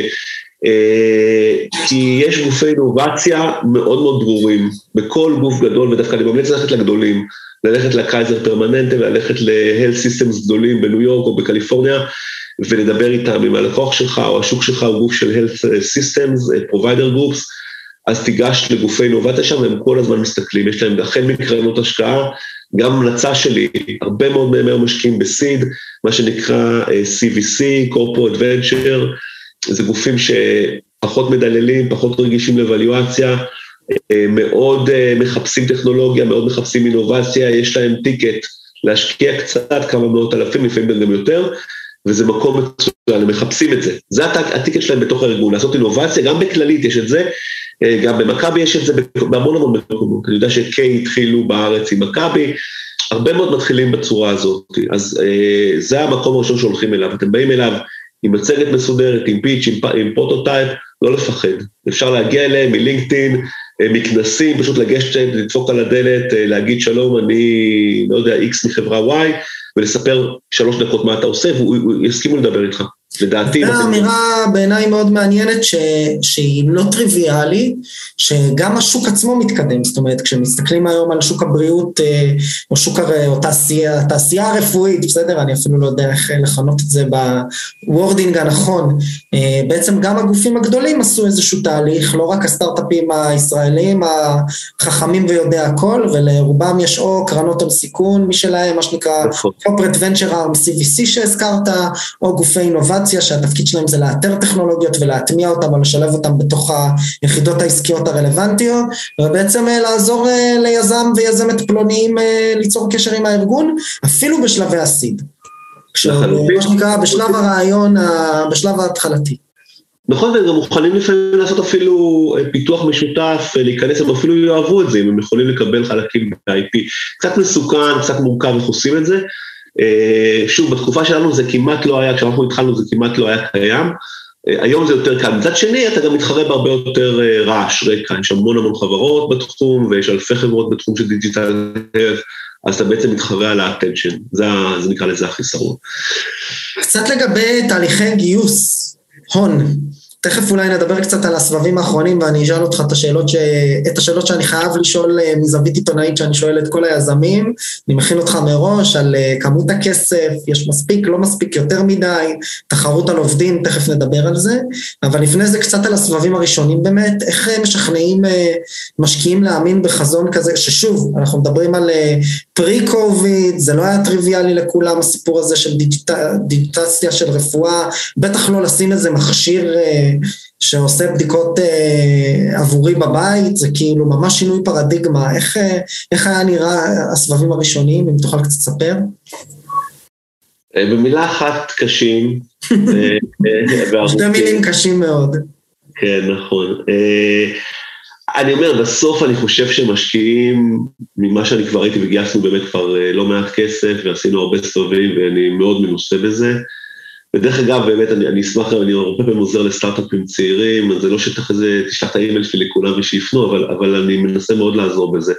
Speaker 3: כי יש גופי אינובציה מאוד ברורים, בכל גוף גדול, ודווקא אני ממליץ ללכת לגדולים, ללכת לקייזר פרמננטה, וללכת ל-health systems גדולים בניו יורק או בקליפורניה, ולדבר איתם עם הלקוח שלך, או השוק שלך הוא גוף של health systems, provider groups, אז תיגש לגופי אינובציה שם, והם כל הזמן מסתכלים, יש להם החל מקרנות השקעה, גם המלצה שלי, הרבה מאוד מהם משקיעים בסיד, מה שנקרא CVC, Corporate Venture, זה גופים שפחות מדללים, פחות רגישים לוואליואציה, מאוד מחפשים טכנולוגיה, מאוד מחפשים אינובציה, יש להם טיקט להשקיע קצת, כמה מאות אלפים, לפעמים גם יותר, וזה מקום מצוין, הם מחפשים את זה. זה הטיקט שלהם בתוך הארגון, לעשות אינובציה, גם בכללית יש את זה, גם במכבי יש את זה בהמון מקומות. אני יודע שקיי התחילו בארץ עם מכבי, הרבה מאוד מתחילים בצורה הזאת. אז זה המקום הראשון שהולכים אליו. אתם באים אליו עם מצגת מסודרת, עם פיץ', עם פרוטוטייפ, לא לפחד. אפשר להגיע אליהם מלינקדאין, מכנסים, פשוט לגשת, לדפוק על הדלת, להגיד שלום, אני לא יודע, X מחברה Y, ולספר 3 דקות מה אתה עושה, והוא יסכימו לדבר איתך. לדעתי.
Speaker 1: זו אמירה בעיניי מאוד מעניינת שהיא לא טריוויאלית, שגם השוק עצמו מתקדם, זאת אומרת, כשמסתכלים היום על שוק הבריאות, או שוק התעשייה הרפואית, בסדר, אני אפילו לא יודע איך לכנות את זה בוורדינג הנכון, בעצם גם הגופים הגדולים עשו איזשהו תהליך, לא רק הסטארט-אפים הישראלים, החכמים ויודע הכל, ולרובם יש או קרנות הון סיכון משלהם, מה שנקרא corporate venture arm, CVC שהזכרת, או גופי אינובציה, אינקובציה, שהתפקיד שלהם זה לאתר טכנולוגיות ולהטמיע אותם, או לשלב אותם בתוך היחידות העסקיות הרלוונטיות, ובעצם לעזור ליזם ויזמת פלוניים ליצור קשר עם הארגון, אפילו בשלבי הסיד. מה שנקרא בשלב הרעיון, בשלב ההתחלתי.
Speaker 3: נכון, והם גם מוכנים לפעמים לעשות אפילו פיתוח משותף, להיכנס, הם אפילו יאהבו את זה, אם הם יכולים לקבל חלקים ב-IP. קצת מסוכן, קצת מורכב, איך עושים את זה. שוב, בתקופה שלנו זה כמעט לא היה, כשאנחנו התחלנו זה כמעט לא היה קיים, היום זה יותר קל. מצד שני, אתה גם מתחרה בהרבה יותר רעש, רקע, יש המון חברות בתחום, ויש אלפי חברות בתחום של דיג'יטל, אז אתה בעצם מתחרה על האטנשן, זה נקרא לזה החיסרון.
Speaker 1: קצת לגבי תהליכי גיוס, הון, תכף אולי נדבר קצת על הסבבים האחרונים, ואני אשאל אותך את השאלות שאני חייב לשאול מזווית עיתונאית, שאני שואל את כל היזמים, אני מכין אותך מראש על כמות הכסף, יש מספיק, לא מספיק, יותר מדי, תחרות על עובדים, תכף נדבר על זה, אבל לפני זה קצת על הסבבים הראשונים באמת, איך משכנעים משקיעים להאמין בחזון כזה, ששוב, אנחנו מדברים על פרי-קוביד, זה לא היה טריוויאלי לכולם, הסיפור הזה של דיגיטציה של רפואה, בטח לא לשים איזה מכשיר שעושה בדיקות עבורי בבית, זה כאילו ממש שינוי פרדיגמה, איך היה נראה הסבבים הראשונים, אם תוכל קצת לספר?
Speaker 3: במילה אחת קשים.
Speaker 1: שתי מילים קשים מאוד.
Speaker 3: כן, נכון. אני אומר, בסוף אני חושב שמשקיעים, ממה שאני כבר הייתי וגייסנו באמת כבר לא מעט כסף, ועשינו הרבה סבבים, ואני מאוד מנוסה בזה. ודרך אגב, באמת, אני אשמח, אני הרבה פעמים עוזר לסטארט-אפים צעירים, אז זה לא שתשלח את האימייל שלי לכולם ושיפנו, אבל אני מנסה מאוד לעזור בזה.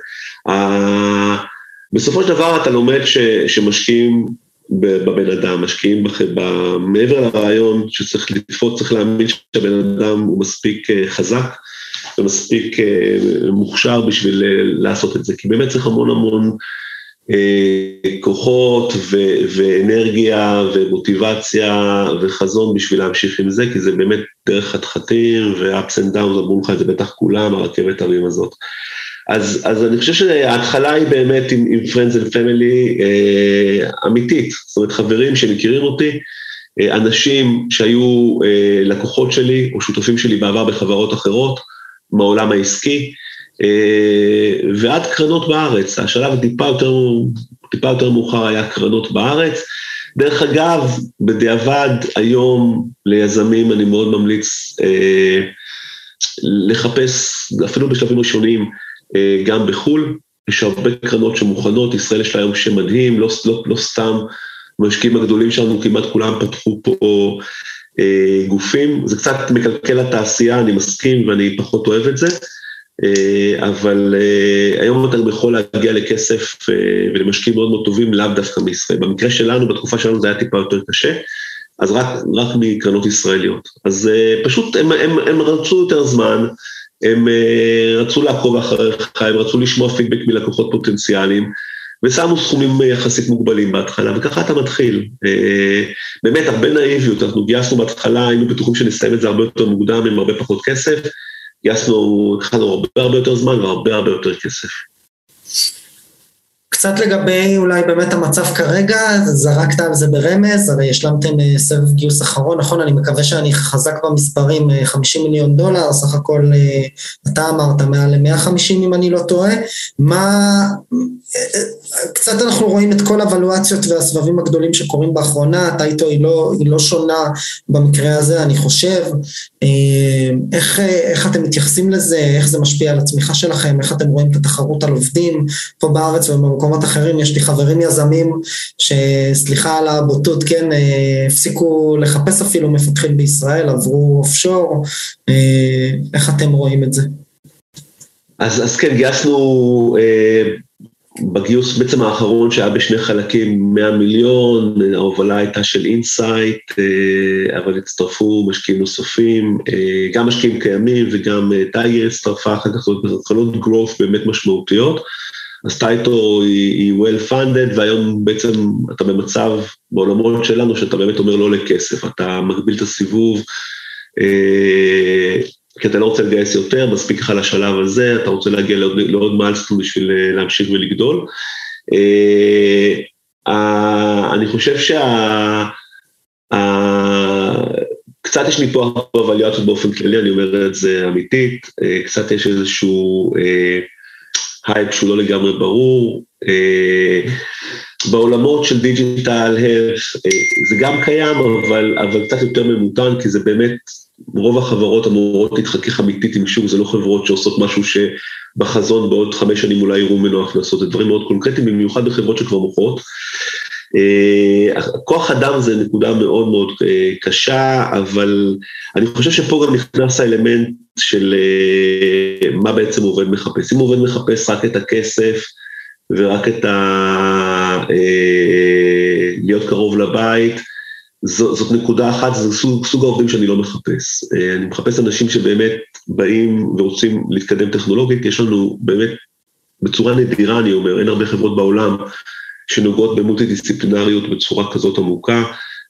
Speaker 3: בסופו של דבר אתה לומד שמשקיעים בבן אדם, משקיעים מעבר לרעיון שצריך לפחות, צריך להאמין שהבן אדם הוא מספיק חזק, ומספיק מוכשר בשביל לעשות את זה, כי באמת צריך המון כוחות ואנרגיה ומוטיבציה וחזון בשביל להמשיך עם זה, כי זה באמת דרך חתחתים ו-ups and downs, אמרו לך את זה בטח כולם, הרכבת הרים הזאת. אז אני חושב שההתחלה היא באמת עם friends and family אמיתית, זאת אומרת חברים שמכירים אותי, אנשים שהיו לקוחות שלי או שותפים שלי בעבר בחברות אחרות, מהעולם העסקי, ועד קרנות בארץ, השלב טיפה יותר מאוחר היה קרנות בארץ, דרך אגב, בדיעבד היום ליזמים אני מאוד ממליץ לחפש, אפילו בשלבים ראשונים, גם בחול, יש הרבה קרנות שמוכנות, ישראל יש לה היום שם מדהים, לא סתם המשקיעים הגדולים שלנו, כמעט כולם פתחו פה גופים, זה קצת מקלקל לתעשייה, אני מסכים ואני פחות אוהב את זה, אבל היום אתה יכול להגיע לכסף ולמשקיעים מאוד מאוד טובים, לאו דווקא מישראל. במקרה שלנו, בתקופה שלנו זה היה טיפה יותר קשה, אז רק מקרנות ישראליות. אז פשוט הם רצו יותר זמן, הם רצו לעקוב אחריך, הם רצו לשמוע פידבק מלקוחות פוטנציאליים, ושמו סכומים יחסית מוגבלים בהתחלה, וככה אתה מתחיל. באמת, הרבה נאיביות, אנחנו גייסנו בהתחלה, היינו בטוחים שנסיים את זה הרבה יותר מוקדם, עם הרבה פחות כסף, גייסנו, התחלנו הרבה יותר זמן, והרבה יותר כסף.
Speaker 1: קצת לגבי אולי באמת המצב כרגע, זרקת על זה ברמז, הרי השלמתם סבב גיוס אחרון, נכון? אני מקווה שאני חזק במספרים, $50 מיליון, סך הכל אתה אמרת מעל 150 אם אני לא טועה, קצת אנחנו רואים את כל הוולואציות והסבבים הגדולים שקורים באחרונה, טייטו היא לא שונה במקרה הזה, אני חושב, איך אתם מתייחסים לזה, איך זה משפיע על הצמיחה שלכם, איך אתם רואים את התחרות על עובדים פה בארץ ובמקומות אחרים, יש לי חברים יזמים שסליחה על הבוטות, כן, הפסיקו לחפש אפילו מפתחים בישראל, עברו אופשור, איך אתם רואים את זה?
Speaker 3: אז כן, גייסנו בגיוס בעצם האחרון שהיה בשני חלקים 100 מיליון, ההובלה הייתה של אינסייט, אבל הצטרפו משקיעים נוספים, גם משקיעים קיימים וגם טייגר הצטרפה, אחר כך זאת התחלות growth באמת משמעותיות, אז טייטו היא well funded, והיום בעצם אתה במצב בעולמות שלנו שאתה באמת אומר לא לכסף, אתה מגביל את הסיבוב, כי אתה לא רוצה לגייס יותר, מספיק לך לשלב הזה, אתה רוצה להגיע לעוד מיילסטון בשביל להמשיך ולגדול. אני חושב קצת יש ניתוח בוואליואציות באופן כללי, אני אומר את זה אמיתית, קצת יש איזשהו הייפ שהוא לא לגמרי ברור, בעולמות של דיג'יטל זה גם קיים, אבל קצת יותר ממותן, כי זה באמת, רוב החברות אמורות להתחכך אמיתית עם שוק, זה לא חברות שעושות משהו שבחזון בעוד 5 שנים אולי יראו ממנו הכנסות, זה דברים מאוד קונקרטיים, במיוחד בחברות שכבר מוכרות. כוח אדם זה נקודה מאוד מאוד קשה, אבל אני חושב שפה גם נכנס האלמנט של מה בעצם עובד מחפש. אם עובד מחפש רק את הכסף, ורק את להיות קרוב לבית, זאת נקודה אחת, זה סוג העובדים שאני לא מחפש. אני מחפש אנשים שבאמת באים ורוצים להתקדם טכנולוגית, יש לנו באמת בצורה נדירה, אני אומר, אין הרבה חברות בעולם שנוגעות במולטי-דיסציפלינריות בצורה כזאת עמוקה,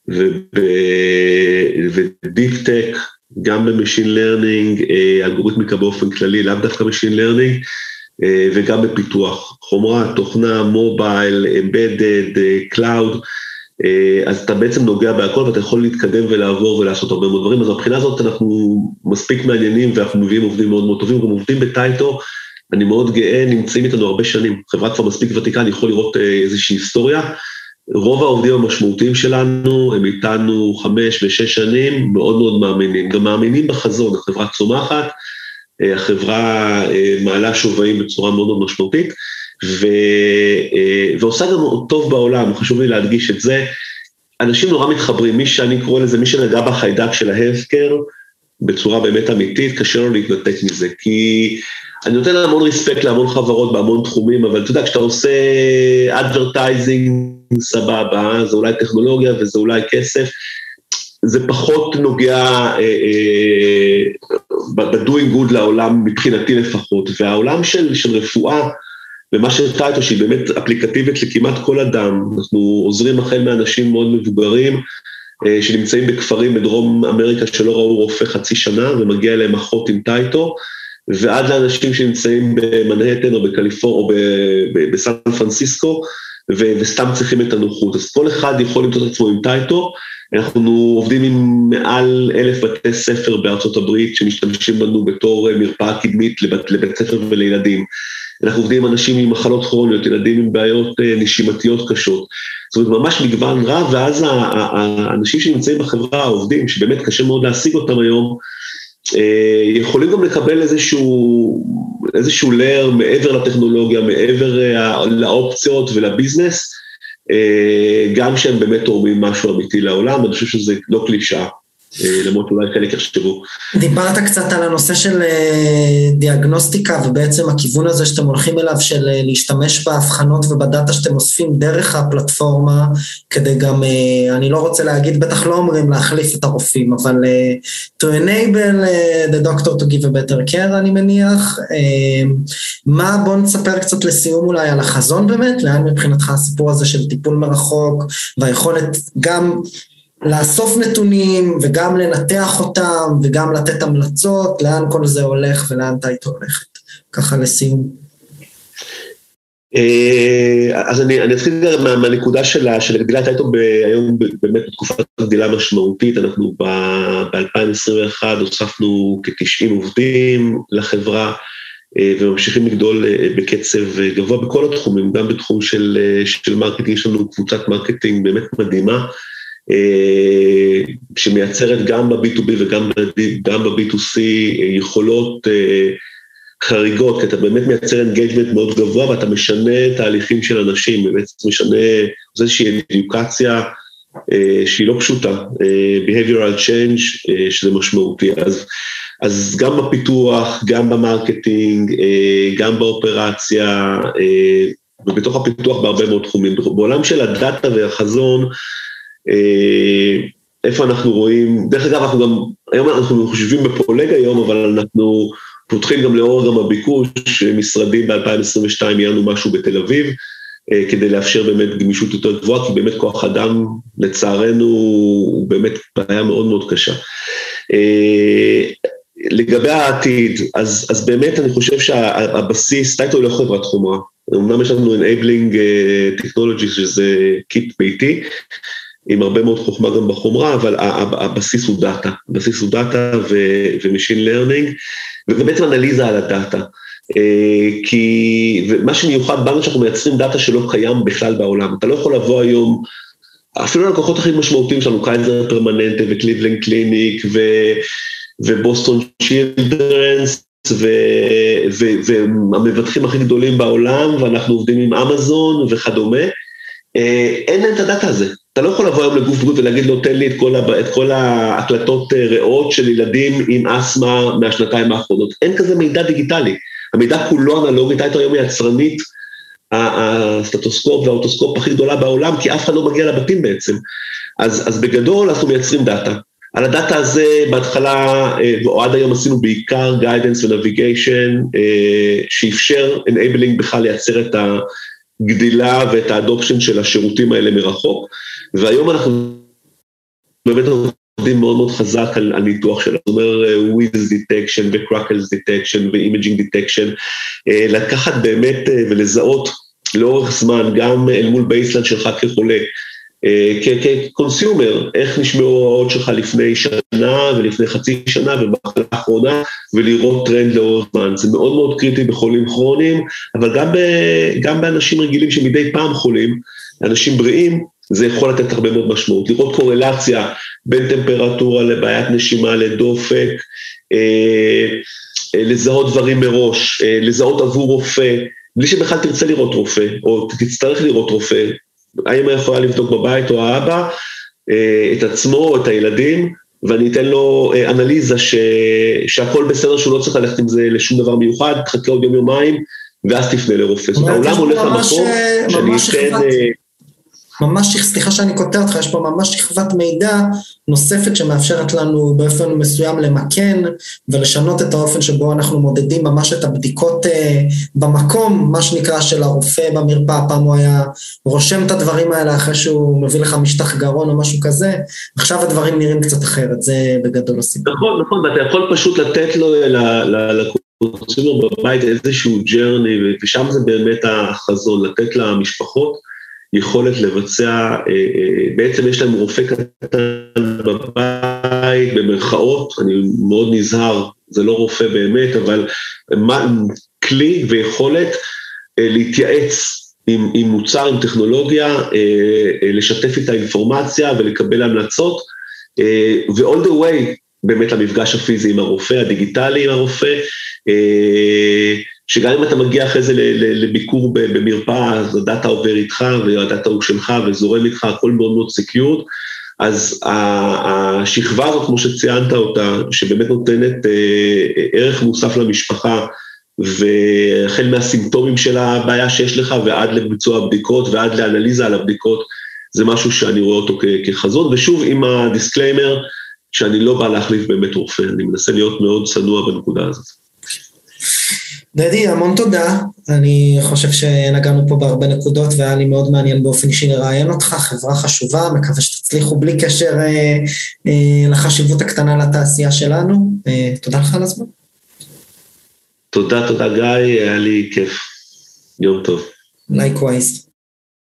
Speaker 3: ודיפ טק, גם במשין לרנינג, אלגוריתמיקה באופן כללי, לאו דווקא משין לרנינג, וגם בפיתוח, חומרה, תוכנה, מובייל, אמבדד, קלאוד, אז אתה בעצם נוגע בהכל, ואתה יכול להתקדם ולעבור ולעשות הרבה מאוד דברים, אז מבחינה הזאת אנחנו מספיק מעניינים, ואנחנו מביאים עובדים מאוד מאוד טובים, גם עובדים בטייטו, אני מאוד גאה, נמצאים איתנו הרבה שנים, חברה כבר מספיק ותיקה, אני יכול לראות איזושהי היסטוריה, רוב העובדים המשמעותיים שלנו, הם איתנו 5 ו6 שנים, מאוד מאוד מאמינים, גם מאמינים בחזון, החברה צומחת, החברה מעלה שווים בצורה מאוד מאוד משמעותית, ועושה גם טוב בעולם, חשוב לי להדגיש את זה, אנשים נורא מתחברים, מי שאני קורא לזה, מי שנגע בחיידק של ההלסקר, בצורה באמת אמיתית, קשה לו להתנתק מזה, כי אני נותן המון ריספקט להמון חברות בהמון תחומים, אבל אתה יודע, כשאתה עושה אדברטייזינג סבבה, זה אולי טכנולוגיה וזה אולי כסף, זה פחות נוגע בדוינג גוד לעולם מבחינתי לפחות, והעולם של רפואה, ומה שטייטו שהיא באמת אפליקטיבית לכמעט כל אדם, אנחנו עוזרים החל מאנשים מאוד מבוגרים, שנמצאים בכפרים בדרום אמריקה שלא ראו רופא חצי שנה, ומגיע אליהם אחות עם טייטו, ועד לאנשים שנמצאים במנהטן או בקליפורניה או בסן פרנסיסקו, וסתם צריכים את הנוחות. אז כל אחד יכול למצוא את עצמו עם טייטו, אנחנו עובדים עם מעל 1,000 בתי ספר בארצות הברית, שמשתמשים בנו בתור מרפאה קדמית לבית ספר ולילדים. אנחנו עובדים עם אנשים עם מחלות כרוניות, ילדים עם בעיות נשימתיות קשות. זאת אומרת, ממש מגוון רב, ואז האנשים שנמצאים בחברה, העובדים, שבאמת קשה מאוד להשיג אותם היום, יכולים גם לקבל איזשהו לר מעבר לטכנולוגיה, מעבר לאופציות ולביזנס, גם שהם באמת תורמים משהו אמיתי לעולם, אני חושב שזה לא קלישה, למרות אולי חלק יחשבו.
Speaker 1: דיברת קצת על הנושא של דיאגנוסטיקה, ובעצם הכיוון הזה שאתם הולכים אליו, של להשתמש בהבחנות ובדאטה שאתם אוספים דרך הפלטפורמה, כדי גם, אני לא רוצה להגיד, בטח לא אומרים להחליף את הרופאים, אבל to enable the doctor to give a better care, אני מניח. בוא נספר קצת לסיום אולי על החזון באמת, לאן מבחינתך הסיפור הזה של טיפול מרחוק, והיכולת גם לאסוף נתונים, וגם לנתח אותם, וגם לתת המלצות, לאן כל זה הולך, ולאן טייטו הולכת. ככה לסיום.
Speaker 3: אז אני אתחיל מהנקודה של גדילת טייטו, היום באמת בתקופת גדילה משמעותית, אנחנו ב-2021 הוספנו כ-90 עובדים לחברה, וממשיכים לגדול בקצב גבוה בכל התחומים, גם בתחום של מרקטינג, יש לנו קבוצת מרקטינג באמת מדהימה, שמייצרת גם ב-B2B וגם ב-B2C יכולות חריגות, כי אתה באמת מייצר אינגייג'מנט מאוד גבוה, ואתה משנה תהליכים של אנשים, באמת משנה, זו איזושהי אדיוקציה שהיא לא פשוטה, behavioral change, שזה משמעותי, אז גם בפיתוח, גם במרקטינג, גם באופרציה, ובתוך הפיתוח בהרבה מאוד תחומים, בעולם של הדאטה והחזון, איפה אנחנו רואים, דרך אגב, היום אנחנו חושבים בפולג היום, אבל אנחנו פותחים גם לאור גם הביקוש, משרדים ב-2022 יהיה לנו משהו בתל אביב, כדי לאפשר באמת גמישות יותר גבוהה, כי באמת כוח אדם, לצערנו, הוא באמת בעיה מאוד מאוד קשה. לגבי העתיד, אז באמת אני חושב שהבסיס, טייטו לא חברת חומרה, אמנם יש לנו enabling technology, שזה קיט ביתי, עם הרבה מאוד חוכמה גם בחומרה, אבל הבסיס הוא דאטה, הבסיס הוא דאטה ומשין לרנינג, ובעצם אנליזה על הדאטה. כי מה שמיוחד בנו שאנחנו מייצרים דאטה שלא קיים בכלל בעולם, אתה לא יכול לבוא היום, אפילו הלקוחות הכי משמעותיים שלנו, קייזר פרמננטה וקליבלנד קליניק ובוסטון צ'ילדרנס, והמבטחים הכי גדולים בעולם, ואנחנו עובדים עם אמזון וכדומה, אין להם את הדאטה הזה. אתה לא יכול לבוא היום לגוף בריאות ולהגיד לו, תן לי את כל ההקלטות ריאות של ילדים עם אסמה מהשנתיים האחרונות. אין כזה מידע דיגיטלי. המידע כולו אנלוגית, הייתה היום יצרנית, הסטטוסקופ והאוטוסקופ הכי גדולה בעולם, כי אף אחד לא מגיע לבתים בעצם. אז בגדול אנחנו מייצרים דאטה. על הדאטה הזה בהתחלה, ועד היום עשינו בעיקר guidance ו-navigation, שאפשר enabling בכלל לייצר את הגדילה ואת האדופשן של השירותים האלה מרחוק, והיום אנחנו באמת עובדים מאוד מאוד חזק על ניתוח שלנו, זאת אומרת, Wiz detection ו-Crackles detection ו-Imaging detection, לקחת באמת ולזהות לאורך זמן, גם אל מול בייסלנד שלך כחולה, כקונסיומר, איך נשמעו ההוראות שלך לפני שנה ולפני חצי שנה ובמחלה האחרונה, ולראות טרנד לאורך זמן. זה מאוד מאוד קריטי בחולים כרוניים, אבל גם באנשים רגילים שמדי פעם חולים, אנשים בריאים, זה יכול לתת הרבה מאוד משמעות. לראות קורלציה בין טמפרטורה לבעיית נשימה, לדופק, לזהות דברים מראש, לזהות עבור רופא, בלי שבכלל תרצה לראות רופא, או תצטרך לראות רופא, האמא יכולה לבדוק בבית או האבא, את עצמו או את הילדים, ואני אתן לו אנליזה שהכל בסדר, שהוא לא צריך ללכת עם זה לשום דבר מיוחד, תחכה עוד יום-יומיים, ואז תפנה לרופא. זאת אומרת, העולם הולך למקום שאני אתן...
Speaker 1: ממש, סליחה שאני קוטע אותך, יש פה ממש שכבת מידע נוספת שמאפשרת לנו באופן מסוים למקן ולשנות את האופן שבו אנחנו מודדים ממש את הבדיקות במקום, מה שנקרא של הרופא במרפאה, פעם הוא היה רושם את הדברים האלה אחרי שהוא מביא לך משטח גרון או משהו כזה, עכשיו הדברים נראים קצת אחרת, זה בגדול הסיפור.
Speaker 3: נכון, ואתה יכול פשוט לתת לו לקונסיומר בבית איזשהו ג'רני, ושם זה באמת החזון, לתת למשפחות, יכולת לבצע, בעצם יש להם רופא קטן בבית, במרכאות, אני מאוד נזהר, זה לא רופא באמת, אבל כלי ויכולת להתייעץ עם מוצר, עם טכנולוגיה, לשתף איתה אינפורמציה ולקבל המלצות, ו-all the way באמת למפגש הפיזי עם הרופא, הדיגיטלי עם הרופא, שגם אם אתה מגיע אחרי זה לביקור במרפאה, אז הדאטה עובר איתך, והדאטה הוא שלך, וזורם איתך, הכל מאוד מאוד סקיורd, אז השכבה הזאת, כמו שציינת אותה, שבאמת נותנת ערך מוסף למשפחה, והחל מהסימפטומים של הבעיה שיש לך, ועד לביצוע הבדיקות, ועד לאנליזה על הבדיקות, זה משהו שאני רואה אותו כחזון, ושוב עם הדיסקליימר, שאני לא בא להחליף באמת רופא, אני מנסה להיות מאוד צנוע בנקודה הזאת.
Speaker 1: דדי, המון תודה, אני חושב שנגענו פה בהרבה נקודות, והיה לי מאוד מעניין באופן אישי לראיין אותך, חברה חשובה, מקווה שתצליחו בלי קשר לחשיבות הקטנה לתעשייה שלנו, תודה לך על הזמן.
Speaker 3: תודה גיא, היה לי כיף, יום טוב.
Speaker 1: Likewise.